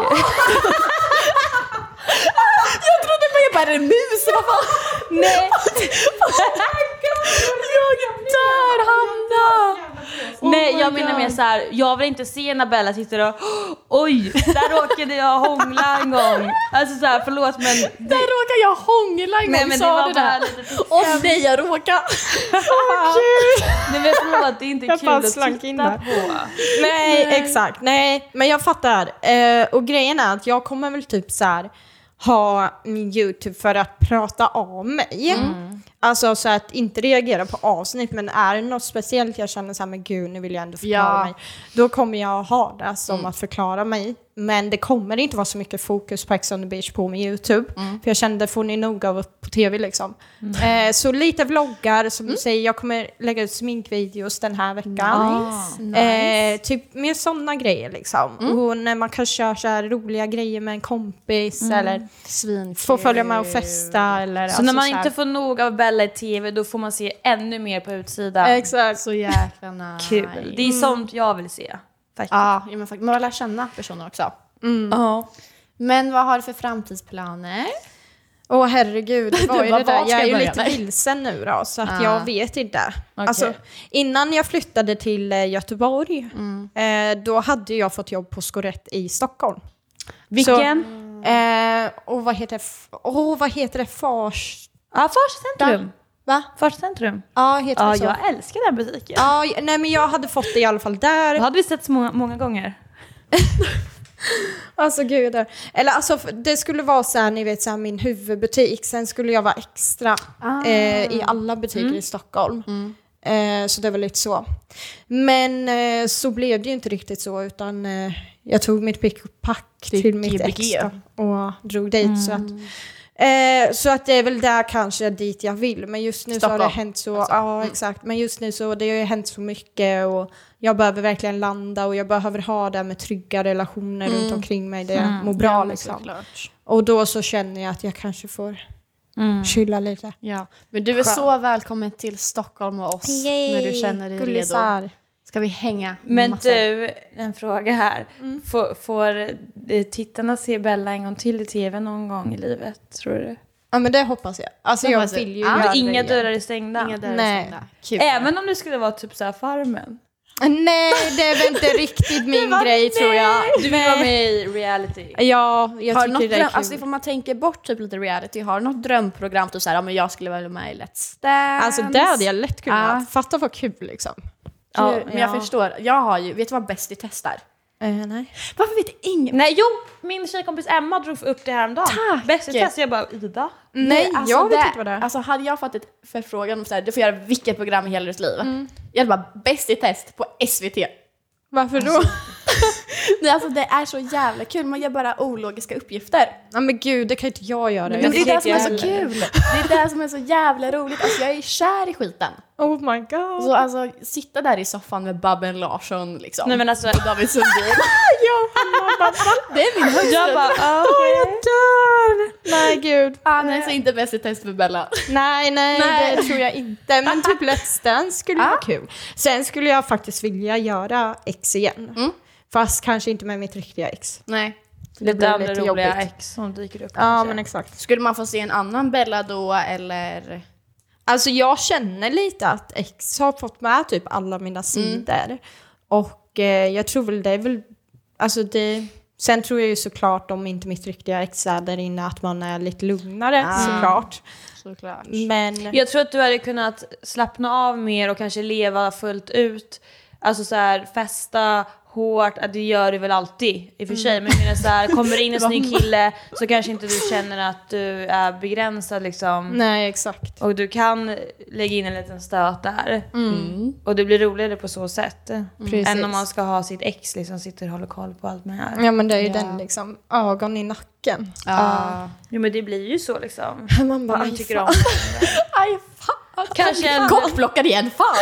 Jag trodde mer bara en mus. Vad fan? Nej! Jag dör, Hanna! Oh Nej, jag menar mer så här, jag vill inte se när Bella sitter och oj, där råkade jag hångla en gång. Alltså så här, förlåt men det... Där råkar jag hångla en gång, Nej, men sa det var du bara det? lite... Och nej, jag råkar. Nej men förlåt, det är inte Jag kul bara att slank in titta där. på. Nej, exakt. Nej, men jag fattar. Eh, och grejen är att jag kommer väl typ så här ha min YouTube för att prata av mig. Mm. Alltså så att inte reagera på avsnitt, men är det något speciellt jag känner så här, men gud, nu vill jag ändå förklara Ja. mig. Då kommer jag ha det som mm. att förklara mig. Men det kommer inte vara så mycket fokus på Ex on the Beach på min YouTube. Mm. För jag kände, får ni nog av upp på tv liksom. Mm. Eh, så lite vloggar, som mm. du säger, jag kommer lägga ut sminkvideos den här veckan. Nice. Nice. Eh, typ med sådana grejer liksom. Mm. Och när man kan köra så här roliga grejer med en kompis mm. eller Svinkul. få följa med och festa. Eller, så alltså, när man så inte får nog av Bella i tv, då får man se ännu mer på utsidan. Exakt. Så jäkla nice. Kul. Det är sånt jag vill se. Faktiskt. Ja, men faktiskt. Man vill lära känna personer också. Mm. Ja. Men vad har du för framtidsplaner? Åh herregud, vad är bara, det där? vart ska Jag är ju jag lite börja? vilsen nu då, så att Ah. jag vet inte. Okay. Alltså, innan jag flyttade till eh, Göteborg, mm. eh, då hade jag fått jobb på Skorett i Stockholm. Vilken? Så, eh, och vad heter det? Åh, vad heter det? Fars... Ja, Farscentrum. Va? Farscentrum. Ja, heter Ja, det så? jag älskar den butiken. Ja, nej men jag hade fått det i alla fall där. Det hade vi sett så många, många gånger. Alltså gud. Eller alltså det skulle vara så här, ni vet så här, min huvudbutik. Sen skulle jag vara extra Ah. eh, i alla butiker Mm. i Stockholm. Mm. Eh, så det var lite så. Men eh, så blev det ju inte riktigt så, utan eh, jag tog mitt pick och pack Till till mitt G B ex G. då, och drog dit. Mm. Så att Eh, så att det är väl där kanske dit jag vill. Men just nu Stockholm. så har det hänt så. Alltså. Ja, Mm. exakt. Men just nu så det har ju hänt så mycket. Och jag behöver verkligen landa. Och jag behöver ha det med trygga relationer Mm. runt omkring mig. Det jag Mm. mår bra Ja, liksom. såklart. Och då så känner jag att jag kanske får Mm. chilla lite. Ja. Men du är Skönt. så välkommen till Stockholm och oss när du känner dig redo. Gullisar. Ska vi hänga Men massor? du, en fråga här. Mm. Får, får eh, tittarna se Bella en gång till i tv någon gång i livet, tror du? Ja, men det hoppas jag. Alltså Det jag hoppas jag. vill ju Ah. göra Inga grejer. dörrar är stängda. Inga dörrar Nej. stängda. Kul. Även om det skulle vara typ så här Farmen. Nej, det är väl inte riktigt min grej tror jag. Du vill vara med i reality. Ja, jag Har du något tycker det är dröm, kul. alltså ifall man tänker bort typ lite reality, har du något drömprogram typ såhär, ja men jag skulle vara med i Let's Dance? Alltså det hade jag lätt kunnat. Ah. Fatta vad kul liksom. Ja, Kul, men jag ja. förstår. Jag har ju, vet du vad Bäst i testar? Eh, nej. Varför vet ingen? Nej, jo, min tjejkompis Emma drog upp det här om dagen. Tack! Bäst i test, jag bara, Ida? Nej, alltså jag vet det, inte vad det är. Alltså hade jag fått ett förfrågan om såhär, du får göra vilket program i hela ditt liv. Mm. Jag hade bara Bäst i test på S V T. Varför då? Nej, alltså det är så jävla kul, man gör bara ologiska uppgifter. Ja men gud, det kan inte jag göra. Men Jag det är tycker det som är inte så jag kul. Det är det som är så jävla roligt. Alltså jag är kär i skiten. Oh my god. Så alltså sitta där i soffan med Babben Larsson liksom. Nej men alltså, Och David Sundin. Det är min högsta. jag bara, ah, Åh, okej. jag dör! Nej gud. Ah, nej, så inte Bäst i test för Bella. Nej, nej, Nej. det tror jag inte. Men typ Let's Dance skulle vara kul. Sen skulle jag faktiskt vilja göra ex igen. Mm. Fast kanske inte med mitt riktiga ex. Nej. Lite blir andra lite roliga jobbigt. ex som dyker upp. Ja, kanske. men exakt. Skulle man få se en annan Bella då eller? Alltså jag känner lite att ex har fått med typ alla mina sidor. Och eh, jag tror väl det är väl, alltså det, sen tror jag ju såklart om inte mitt riktiga ex är där inne att man är lite lugnare Ah. såklart. Såklart. Men Jag tror att du hade kunnat slappna av mer och kanske leva fullt ut. Alltså så här, festa hårt, att det gör du väl alltid i och för sig. Men jag menar så här, kommer det in en snygg kille så kanske inte du känner att du är begränsad liksom. nej, exakt. Och du kan lägga in en liten stöt där. Mm. Och det blir roligare på så sätt. Precis. Än om man ska ha sitt ex liksom sitter och håller koll på allt med här. Ja, men det är ju Ja. den liksom, ögon i nacken. Ja. Jo men det blir ju så liksom. Man bara, Om man aj, tycker fan. om Aj fan. Kanske en- Kockblockad igen, fan.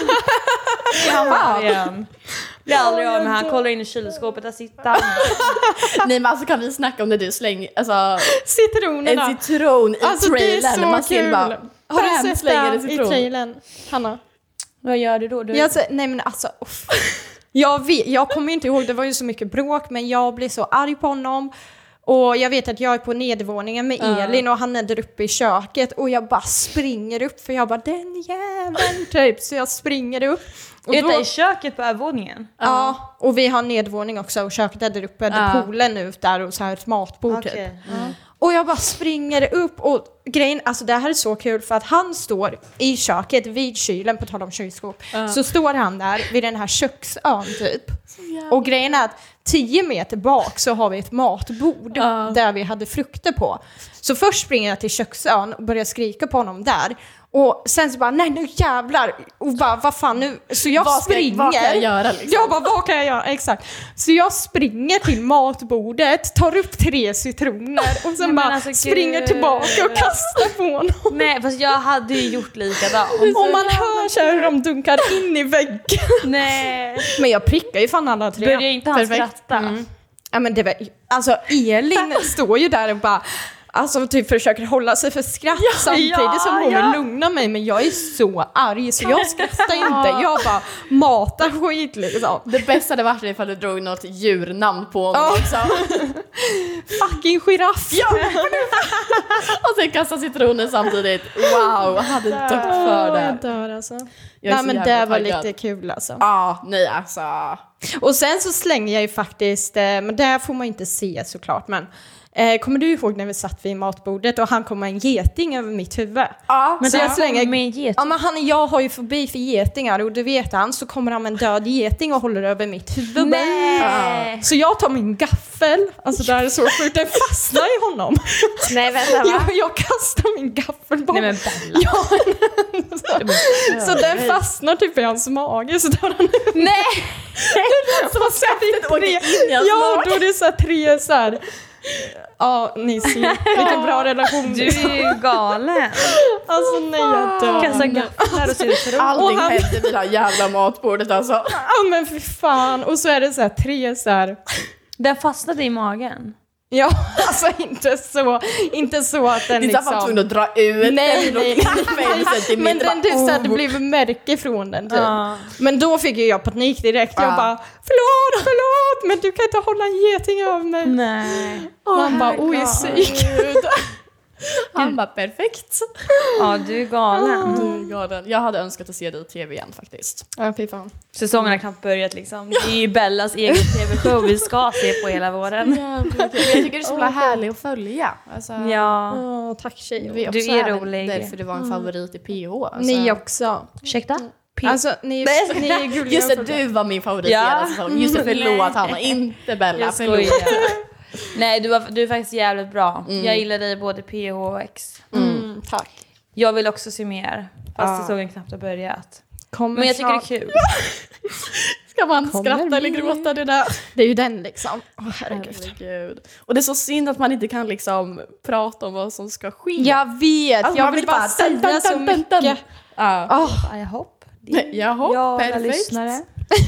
det igen. Blir aldrig av med han, kollar in i kylskåpet, där sitter han. Nej men alltså kan vi snacka om när du slänger alltså, Citronerna. en citron i Alltså det är trailern. så Man ser kul. bara, Har bam, du sett slänger det en i citron. trailern, Hanna? Vad gör du då? Du... Jag, så- nej men alltså, uff. jag, vet, jag kommer inte ihåg, det var ju så mycket bråk, men jag blev så arg på honom. Och jag vet att jag är på nedervåningen med Uh. Elin och han är där uppe i köket och jag bara springer upp för jag bara den jäveln typ. Så jag springer upp. Och Är då, det i köket på övervåningen? ja, och vi har nedervåning också och köket är där uppe, där Uh. poolen ut där och så här ett matbord typ. Okay. Mm. Och jag bara springer upp och grejen, alltså det här är så kul för att han står i köket vid kylen, på tal om kylskåp, uh. så står han där vid den här köksön typ. Och grejen är att tio meter bak så har vi ett matbord uh. där vi hade frukter på. Så först springer jag till köksön och börjar skrika på honom där. Och sen så bara, nej nu jävlar. Och bara, vad fan nu? Så jag vad ska, springer. Vad kan jag göra liksom? Jag bara, vad kan jag göra? Exakt. Så jag springer till matbordet, tar upp tre citroner och sen nej, bara alltså, springer gud. tillbaka och kastar på honom. Nej, fast jag hade ju gjort likadant. Och man hör så här hur de dunkar in i väggen. Nej. Men jag prickar ju fan alla tre. Börjar inte han Perfekt. skratta? Mm. Ja men det var, alltså Elin står ju där och bara alltså typ försöker hålla sig för skratt ja, samtidigt ja, som hon ja. vill lugna mig, men jag är så arg så jag skrattar inte, jag bara matar skit liksom. Det bästa hade varit ifall du drog något djurnamn på honom oh. liksom. Fucking giraff. Ja. Och sen kasta citroner samtidigt. Wow, hade dött för det. Jag dör alltså. Jag nej men det var taggad. lite kul alltså. Ja, ah, nej alltså. Och sen så slänger jag ju faktiskt, men det får man inte se såklart, men Eh, kommer du ihåg när vi satt vid matbordet och han kom med en geting över mitt huvud? Ja, men så jag slänger med en geting. Ja, men han, jag har ju fobi för getingar och det vet han, så kommer han med en död geting och håller över mitt huvud. Nej. Så jag tar min gaffel, alltså det här är så sjukt, den fastnar i honom. Nej, vänta, va? Jag, jag kastar min gaffel på Nej, men Bella. Ja, så, så den fastnar typ i hans mage så tar han nej. Så skaftet åker in i hans ja, mage. Då är det så här tre så här. Ja, ni ser vilken bra relation. Du är ju galen. Alltså nej, jag dör. Kasta gafflar och citron. Allting han... hände vid det här jävla matbordet alltså. Ja men för fan. Och så är det så här tre så här. Den fastnade i magen. Ja, alltså inte så, inte så att den liksom... Det är liksom... tvungen att dra ut nej, den. Nej, nej. Men den typ såhär, det blev märke från den typ. Uh. Men då fick jag panik direkt. Jag uh. bara, förlåt, förlåt, men du kan inte hålla en geting av mig. Nej. Och han oh, bara, oj, psyk. Han bara, perfekt. Ja, du är galen. Du är galen. Jag hade önskat att se dig i tv igen faktiskt. Ja, fy fan. Säsongen har knappt börjat liksom. Det är ju Bellas egen tv-show vi ska se på hela våren. Ja, jag tycker det är så oh, härligt att följa. Alltså, ja. Oh, tack tjejer. Du är, du är rolig. Därför det var en favorit i P H. Alltså. Ni också. Ursäkta? P- alltså, ni är, ni är gulliga. Just det, du var min favorit ja. hela säsongen. Just det, förlåt Hanna, inte Bella. Förlåt. Nej, du, var, du är faktiskt jävligt bra. Mm. Jag gillar dig både P H och X. Mm. Mm, tack. Jag vill också se mer. Fast ah. säsongen knappt har börjat. Kommer Men jag tycker det är kul. Ska man Kommer skratta med. eller gråta det där? Det är ju den liksom. Oh, herregud. herregud. Och det är så synd att man inte kan liksom prata om vad som ska ske. Jag vet. Alltså, jag vill bara säga så mycket. Ja. Oh. Jag hopp. Jag hopp. Jag perfekt. Lyssnare.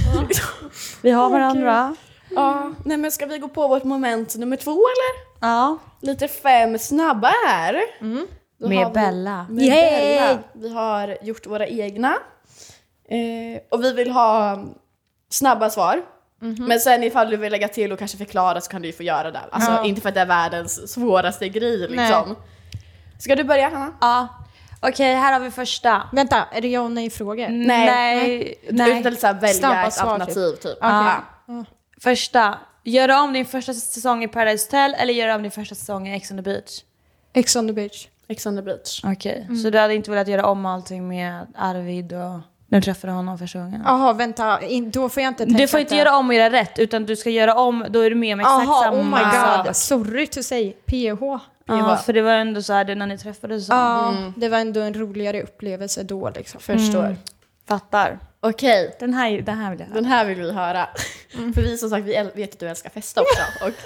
Vi har varandra. Ja, nej men ska vi gå på vårt moment nummer två eller? Ja. Lite fem snabba här. Mm. Med Bella. Med Bella. Vi har gjort våra egna. Eh, och vi vill ha snabba svar. Mm-hmm. Men sen ifall du vill lägga till och kanske förklara så kan du ju få göra det. Alltså ja. Inte för att det är världens svåraste grej liksom. Nej. Ska du börja, Hanna? Ja. Okej, okay, här har vi första. Vänta, är det ja och nej-frågor? Nej. Nej. nej. Du vill så här välja snabba ett svar, alternativ typ. typ. Okay. Ja. Mm. Första. Göra om din första säsong i Paradise Hotel eller göra om din första säsong i Ex on the Beach? Ex on the Beach. Ex on the Beach. Okej, okay. mm. Så du hade inte velat göra om allting med Arvid och när du träffade honom första gången? Jaha, vänta. In, då får jag inte tänka. Du får inte göra om och göra rätt, utan du ska göra om, då är du med om exakt Aha, samma. oh my god. Sorry to say. P H. Ja, för det var ändå så här det när ni träffades. Ja, mm. Det var ändå en roligare upplevelse då liksom. Förstår. Mm. Fattar. Okej. Okay. Den här, den här vill jag höra. Den här vill vi höra. Mm. För vi som sagt, vi vet att du älskar festa också. Och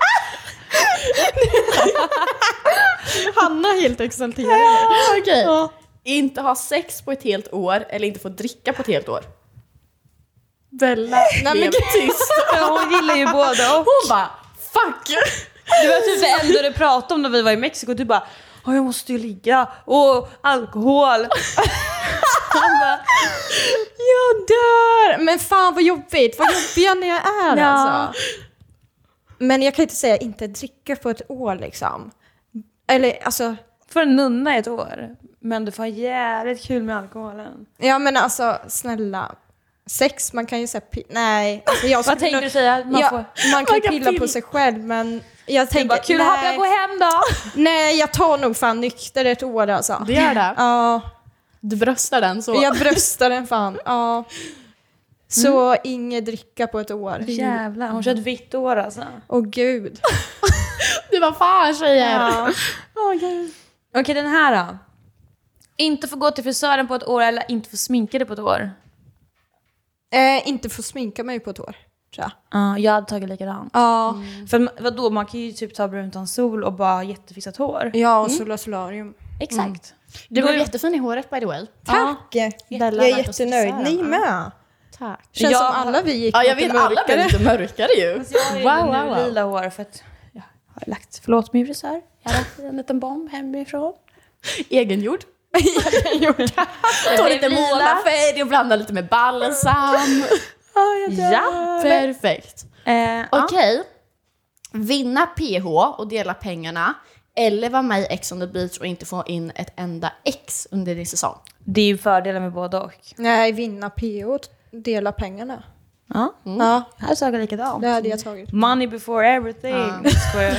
Hanna helt exalterad. Okej. Okay. Ja. Inte ha sex på ett helt år eller inte få dricka på ett helt år. Bella blev tyst. Hon gillar ju båda. Hon bara, fuck. Det var typ det enda du pratade om när vi var i Mexiko. Du bara, oh, jag måste ju ligga. Och alkohol. Han bara, jag dör. Men fan vad jobbigt. Vad jobbiga ni är ja. Alltså. Men jag kan inte säga inte dricka på ett år liksom. Eller alltså... För en nunna ett år. Men du får jävligt kul med alkoholen. Ja men alltså snälla. Sex, man kan ju säga... Pi- nej. Alltså, jag Vad tänkte du säga? Man, ja, får... man kan man kan pilla pilla. på sig själv men... Jag tänker, bara, kul att jag går hem då. Nej, jag tar nog fan nykter ett år alltså. Det gör det? Ja. Du bröstar den så. Jag bröstar den fan. Ja. Så mm. inget dricka på ett år. Jävlar, hon kör ett vitt år alltså. Åh gud. Du var fan tjejer. Ja. Åh gud. Okej, den här då. Inte få gå till frisören på ett år eller inte få sminka dig på ett år. Eh, inte få sminka mig på ett år, tror jag. Ja, uh, jag hade tagit likadant. Ja. Mm. För vadå, man kan ju typ ta brunt utan sol och bara jättefixat hår. Ja, och sola solarium. Exakt. Mm. Du blev jättefin i håret by the way. Tack. Ja. Bella Jag är var på jättenöjd. frisören. Ni med. Tack. Känns Ja. som alla vi gick Ja, jag lite vet, alla blev mörkare. lite mörkare ju. Fast jag har ju Wow, nu wow, wow. lila hår för att jag har lagt, förlåt min frisör. Jag har lagt en liten bomb hemifrån. Egengjord. Egengjord. Ta lite lila. målarfärg och blanda lite med balsam. Ja. Perfekt. Eh, Okej. Vinna P H och dela pengarna. Eller vara med i Ex on the beach och inte få in ett enda ex under din säsong. Det är ju fördelar med både och. Nej, vinna P O och dela pengarna. Ja, Mm. Ja, här sa jag likadant. det hade jag tagit. Money before everything. Ja. Skojar.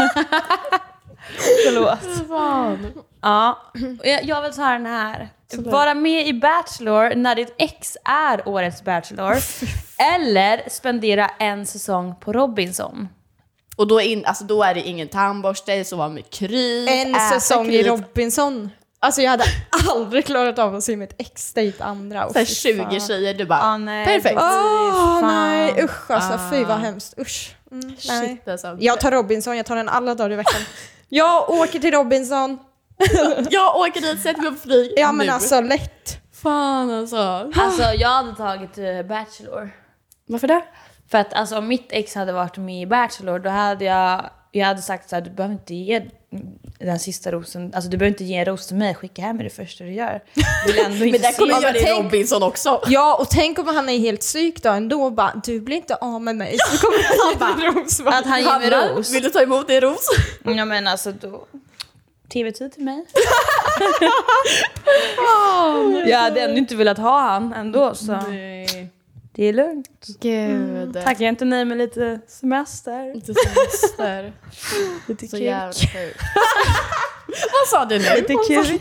Förlåt. Ja, och jag, jag vill ta den här. Vara med i Bachelor när ditt ex är årets Bachelor. Eller spendera en säsong på Robinson. Och då är, in, alltså, då är det ingen tandborste, så var med kry. En äta säsong kryt. i Robinson. Alltså jag hade aldrig klarat av att se mitt ex dejt andra. Så här tjugo tjejer, du bara, Ah, nej, perfekt. då- Åh Fan. nej, usch alltså. Ah. Fy vad hemskt. Usch. Mm, nej. Shit, alltså. Jag tar Robinson, jag tar den alla dagar i veckan. Jag åker till Robinson. Jag åker dit, sätter mig på flyg. Ja men nu. alltså lätt. Fan alltså. Alltså jag hade tagit uh, Bachelor. Varför det? För att alltså, om mitt ex hade varit med i Bachelor, då hade jag, jag hade sagt så här: du behöver inte ge den sista rosen, alltså du behöver inte ge en ros till mig, skicka hem med det första du gör. Vill ändå inte Men där kommer se- jag göra det i tänk- Robinson också. Ja och tänk om han är helt psyk då ändå bara, du blir inte av med mig. Så kommer han ge en ros. att han ger mig Hanna, ros. vill du ta emot din ros? Ja men alltså då, tv-tid till mig. Jag hade ändå inte velat ha han ändå så. Nej. Det är lugnt. Gud. Tackar jag inte nej med lite semester. Lite semester. Lite Så kul. jävla sjukt. Vad sa du nu? Lite kul.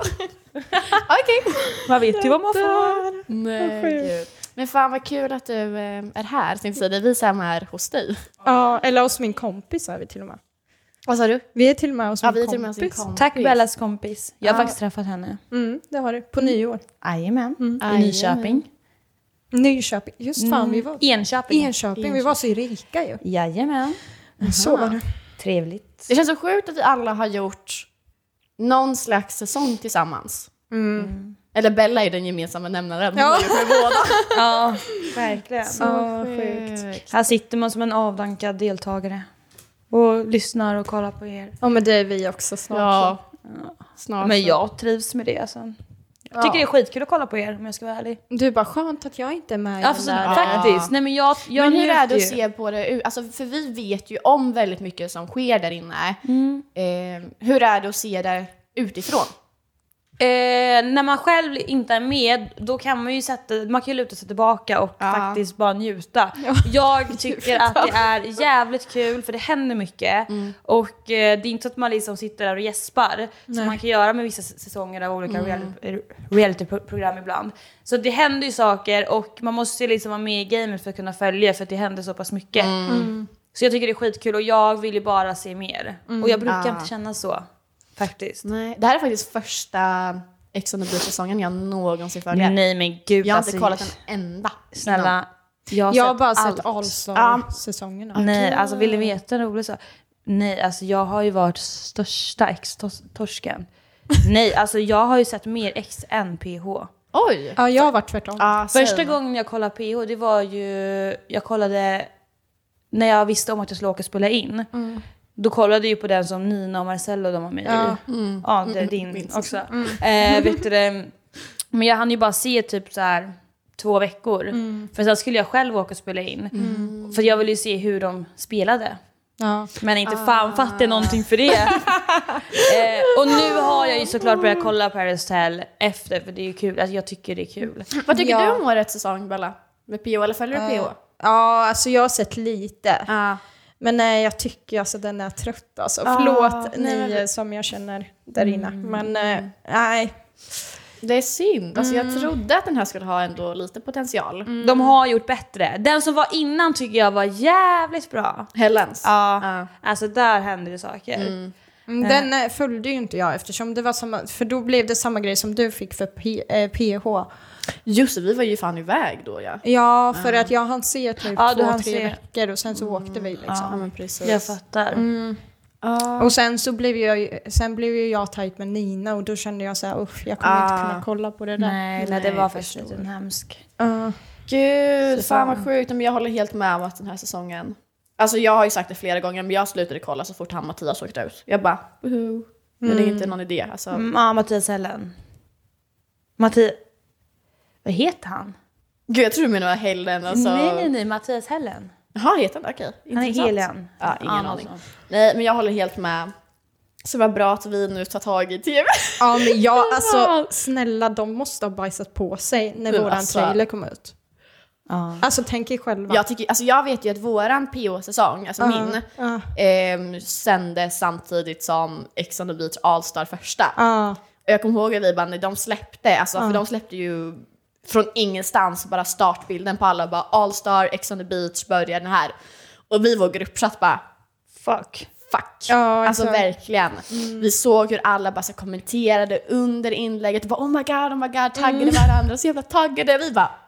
Okej. Man vet ju vad man får. Nej, gud. Men fan vad kul att du eh, är här. Tänkte säga det, vi som är hos dig. Ja, eller hos min kompis är vi till och med. Vad sa du? Vi är till och med hos Ja, min vi är till och med hos din kompis. kompis. Tack Bellas kompis. Jag har Ja. faktiskt träffat henne. Mm, det har du. På nyår. Jajamän. I Jajamän. Nyköping. Nyköping. Just fan, vi var Enköping. Enköping. Vi var så rika ju. Jajamän. Så var det. Trevligt. Det känns så sjukt att vi alla har gjort någon slags säsong tillsammans. Mm. Eller Bella är den gemensamma nämnaren. Hon Ja. har gjort med båda. Ja, verkligen. Ja, sjukt. Här sitter man som en avdankad deltagare. Och lyssnar och kollar på er. Ja men det är vi också snart. Ja, snart. Men jag trivs med det alltså. Jag tycker det är skitkul att kolla på er om jag ska vara ärlig. Du är bara skönt att jag inte är med i Ja, den för, där. faktiskt. Nej men jag, jag Men hur är det att njuter ju. se på det? Alltså, för vi vet ju om väldigt mycket som sker där inne. Mm. Eh, hur är det att se det utifrån? Eh, när man själv inte är med, då kan man ju sätta, man kan ju luta sig tillbaka och Ja. faktiskt bara njuta. Jag tycker att det är jävligt kul för det händer mycket. Mm. Och eh, det är inte så att man liksom sitter där och gäspar som man kan göra med vissa s- säsonger av olika Mm. reali- reality-program ibland. Så det händer ju saker och man måste ju liksom vara med i gamet för att kunna följa, för att det händer så pass mycket. Mm. Så jag tycker det är skitkul och jag vill ju bara se mer. Och jag brukar Ja. inte känna så, faktiskt. Nej, det här är faktiskt första Ex on the beach-säsongen jag någonsin följer. Nej men gud, Jag har alltså, inte kollat en enda. snälla. Jag har, Jag har sett bara allt. sett Ja. All-Star-säsongerna. Nej, alltså vill ni veta en rolig sak? Nej, alltså jag har ju varit största ex-torsken. Nej, alltså jag har ju sett mer ex än P H. Oj! Ja, jag har varit tvärtom. Ja, Första same. gången jag kollade P H, det var ju... Jag kollade när jag visste om att jag skulle åka och spela in. Mm. Då kollade jag ju på den som Nina och Marcello de var med Ja. i. Mm. Ja, det är din minns. också. Eh, vet du det? Men jag hann ju bara se typ så här två veckor. För sen skulle jag själv åka och spela in. För jag ville ju se hur de spelade. Ja. Men inte fan ah. fattar någonting för det. eh, och nu har jag ju såklart börjat kolla Paradise Hotel efter, för det är ju kul. Alltså jag tycker det är kul. Vad tycker ja. du om årets säsong, Bella? Med P O, eller följer du P O? Uh, ja, alltså jag har sett lite. Uh. Men nej, jag tycker alltså den är trött. Alltså. Uh, Förlåt ni men... som jag känner där inne. Mm. Men uh, nej. Det är synd. Alltså mm. jag trodde att den här skulle ha ändå lite potential. Mm. De har gjort bättre. Den som var innan tycker jag var jävligt bra. Hellens. Ja, uh. alltså där hände det saker. Mm. Mm, den uh. följde ju inte jag eftersom det var samma, för då blev det samma grej som du fick för P- eh, P H. Just det, vi var ju fan iväg då, ja. Ja, för uh. att jag hann se typ ja, två, tre se. veckor och sen så mm. åkte vi liksom. Ja, men precis. Jag fattar. Mm. Uh. Och sen så blev jag sen blev ju jag tajt med Nina och då kände jag så här, usch, jag kommer uh. inte kunna kolla på det där. Nej, nej det var faktiskt lite hemskt. Uh. Gud, så fan vad sjukt. Men jag håller helt med om att den här säsongen. Alltså jag har ju sagt det flera gånger, men jag slutade kolla så fort han Mattias åkte ut. Jag bara, woho. Men mm. det är inte någon idé. Alltså. Mm, ja, Mattias Hellen. Mattias, vad heter han? Gud, jag tror du menar Hellen. Alltså. Nej, nej, nej, Mattias Hellen. Jaha, heter han? Okej. Han är Helen. Ja, ingen ja, aning. Alltså. Nej, men jag håller helt med. Så vad bra att vi nu tar tag i T V. Ja, men jag, alltså snälla, de måste ha bajsat på sig när men våran alltså. trailer kom ut. Uh. Alltså tänk er själva. Jag, tycker, alltså, jag vet ju att våran P O-säsong, alltså uh. min, uh. Eh, sändes samtidigt som Ex on the Beach All-Star första. Uh. Och jag kommer ihåg att vi bara, när de släppte, alltså, uh. för de släppte ju från ingenstans bara startbilden på alla, bara All-Star, Ex on the Beach, börjar den här. Och vi var gruppchatt bara, fuck. Fuck. Ja, alltså verkligen. Mm. Vi såg hur alla bara så kommenterade under inlägget. Bara, oh my god, oh my god, taggade mm. varandra. Så jävla taggade. Vi bara,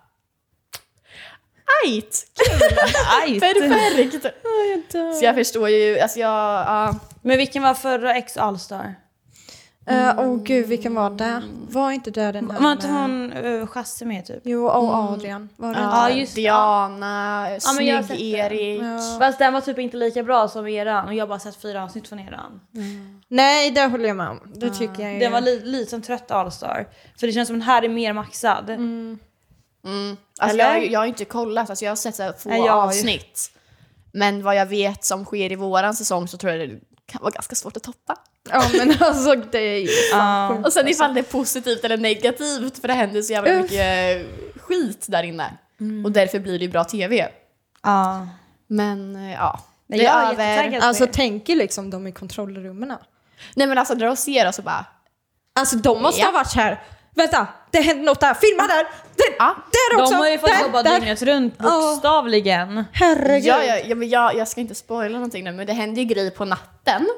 ajt, kul. Ajt. Perfekt. Så jag förstår ju, alltså jag... Uh. Men vilken var förra Ex All-Star? Åh mm. uh, oh, gud, vilken var det? Var inte det den här? Var inte hon uh, Chasse med typ? Jo, och Adrian. Var det ja, just Diana, ja, Snygg-Erik. Ja. Fast den var typ inte lika bra som eran. Och jag har bara sett fyra avsnitt från eran. Mm. Nej, det håller jag med om. Det uh. tycker jag är... Den var li- lite som trött All-Star. För det känns som den här är mer maxad. Mm. Mm. Alltså jag, jag har inte kollat, alltså jag har sett så här få Nej, avsnitt. Men vad jag vet som sker i våran säsong så tror jag det kan vara ganska svårt att toppa. Ja, men alltså det är ju uh. Och sen ifall det är positivt eller negativt, för det händer så jävla mycket skit där inne. Mm. Och därför blir det ju bra tv. Ja. Uh. Men ja, det Nej, jag är över. Alltså tänker liksom de i kontrollrummen. Nej men alltså dra och se och så bara. Alltså de måste ja. ha varit här. Vänta, det händer något där. Filma där. Det, ja. där också. De har ju fått där, jobba där. dygnet runt, bokstavligen. Herregud. Ja, ja, ja, men jag, jag ska inte spoila någonting nu, men det händer ju grejer på natten.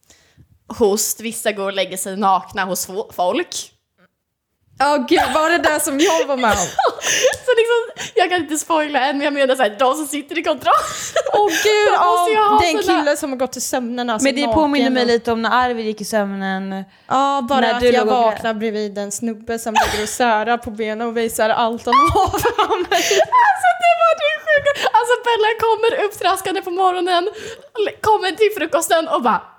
Hos vissa går och lägger sig nakna hos folk. Ja, oh, gud, var det där som jag var med om? Så liksom, jag kan inte spoila än, men jag menar såhär, de som sitter i kontroll. Åh oh, gud, oh, den killen som har gått till sömnen. Alltså, men det påminner mig lite om när Arvid gick i sömnen. Ja, bara när att du jag vaknar bredvid en snubbe som ligger och särar på benen och visar allt om honom. Alltså det var det sjuka. Alltså Bella kommer upptraskande på morgonen, kommer till frukosten och bara,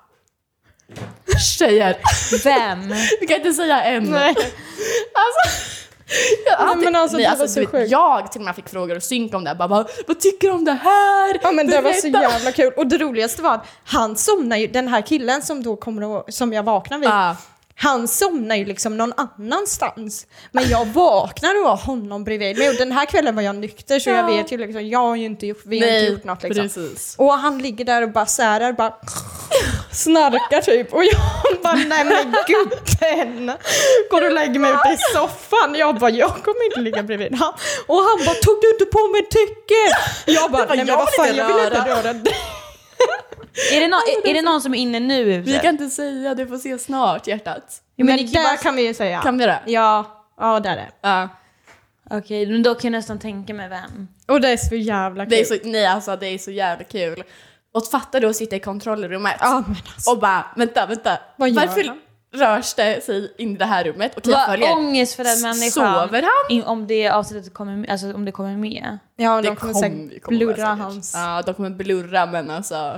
tjejer. Vem? Vi kan inte säga än. Nej. Alltså, jag, alltid, men alltså, nej, det alltså, var så vet, sjukt. jag till och med fick frågor och synk om det. Bara, vad, vad tycker du om det här? Ja, men det Berätta. var så jävla kul. Och det roligaste var att han somnar ju, den här killen som då kommer att, som jag vaknar vid. Ah. Han somnar ju liksom någon annanstans. Men jag vaknar och har honom bredvid mig. Och den här kvällen var jag nykter, så ja. jag vet ju liksom, jag har ju inte gjort, vi har Nej, inte gjort något liksom. Precis. Och han ligger där och bara särar, bara snarkar typ. Och jag bara, nej men gubben, går och lägger mig ute i soffan. Jag bara, jag kommer inte ligga bredvid han. Och han bara, tog du inte på mig tycket? Jag bara, nej men vad fan, jag vill inte röra det. Är det, no- är, är det någon som är inne nu ute? Vi kan inte säga, du får se snart, hjärtat. Men, men där bara... kan vi ju säga. Kan vi det? Ja, ja där är det. Ja. Okej, okay, men då kan jag nästan tänka mig vem. Och det är så jävla kul. Det är så, nej alltså, det är så jävla kul. Och fattar du att sitta i kontrollrummet ja, men alltså. och bara, vänta, vänta. Vad gör Varför han? Rörs det sig in i det här rummet? Och vad följer. Ångest för den människan. Sover han? In, om det avsnittet kommer, alltså om det kommer med. Ja, det de kommer, kommer blurra hans. Ja, de kommer blurra, men alltså...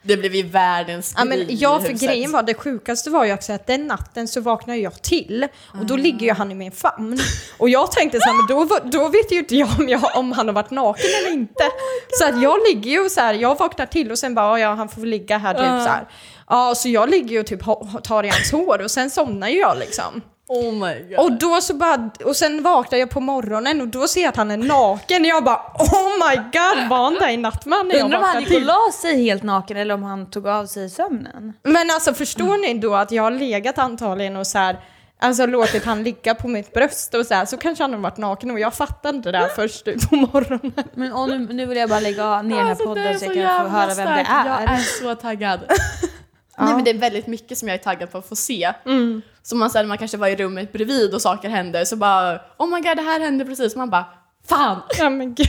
Det blev ju världens Ja, men grej ja, i för huset. grejen var, det sjukaste var ju också att den natten så vaknade jag till och då Mm. ligger ju han i min famn. Och jag tänkte så här, men då, var- då vet ju inte jag om, jag om han har varit naken eller inte. Så att jag ligger ju så här, jag vaknar till och sen bara, ja han får väl ligga här typ så här. Ja, så jag ligger ju och typ ho- tar i hans hår och sen somnar ju jag liksom. Oh my god. Och då så bara, och sen vaknar jag på morgonen och då ser jag att han är naken och jag bara, oh my god, var han där i natt man när jag Undrar om han vaknade gick och till? la sig helt naken eller om han tog av sig i sömnen. Men alltså förstår ni då att jag har legat antagligen och så här, alltså låtit han ligga på mitt bröst och så här, så kanske han har varit naken och jag fattade inte det där först nu på morgonen. Men och nu, nu vill jag bara lägga ner den här Alltså, det är podden så jag så kan få jävla höra vem det starkt. är. Jag är så taggad. Nej, men det är väldigt mycket som jag är taggad på att få se. Mm. Så man, så här, man kanske var i rummet bredvid och saker hände, så bara, oh my god, det här hände precis. Man bara, fan! Ja men gud.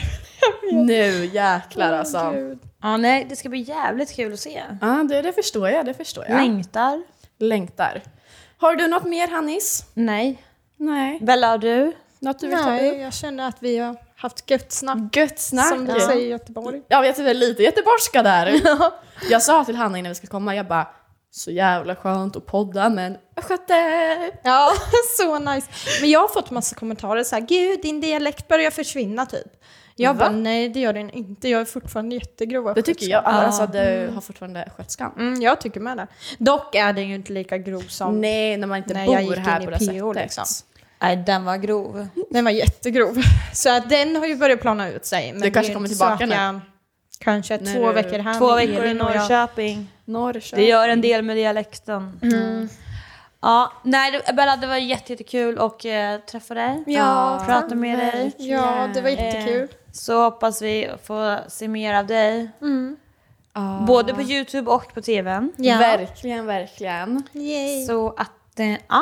Nu jäklar alltså. Gud. Ja, nej, det ska bli jävligt kul att se. Ja, det, det förstår jag, det förstår jag. Längtar? Längtar. Har du något mer, Hannis? Nej. Nej. Bella, har du? Något du vill ta Nej, upp? jag känner att vi har haft gött snack, Gött snack. som de säger i Göteborg. Jag vet väl lite göteborgska där. Jag sa till Hanna innan vi ska komma, jag bara, så jävla skönt att podda, men skötte. Ja, så nice. Men jag har fått massa kommentarer så här, gud din dialekt börjar försvinna typ. Jag Va? bara, nej det gör den inte, jag är fortfarande jättegrov. Det tycker jag, alltså du har fortfarande skötskan. Mm, jag tycker med det. Dock är den ju inte lika grov som Nej, när man inte när bor jag gick här in på i det P O sättet. liksom. Nej, den var grov. Den var jättegrov. Så att den har ju börjat plana ut sig. Men Det kanske är kommer inte tillbaka så att jag, kanske När två du- veckor här. Två med veckor i Elin och jag- Norrköping. Norrköping. Det gör en del med dialekten. Mm. Ja, nej det- Bella, det var jättekul att eh, träffa dig. Ja, prata med dig. Ja, det var jättekul. Eh, så hoppas vi få se mer av dig. Ja. Både på YouTube och på tvn. Ja. Verkligen, verkligen. Yay. Så att, eh, ja.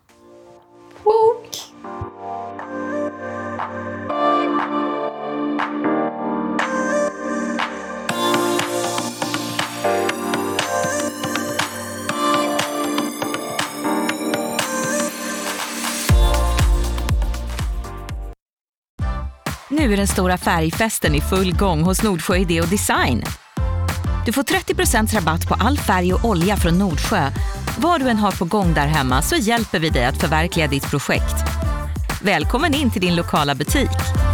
Bok. Nu är den stora färgfesten i full gång hos Nordsjö Idé och Design. Du får trettio procent rabatt på all färg och olja från Nordsjö. Vad du än har på gång där hemma så hjälper vi dig att förverkliga ditt projekt. Välkommen in till din lokala butik.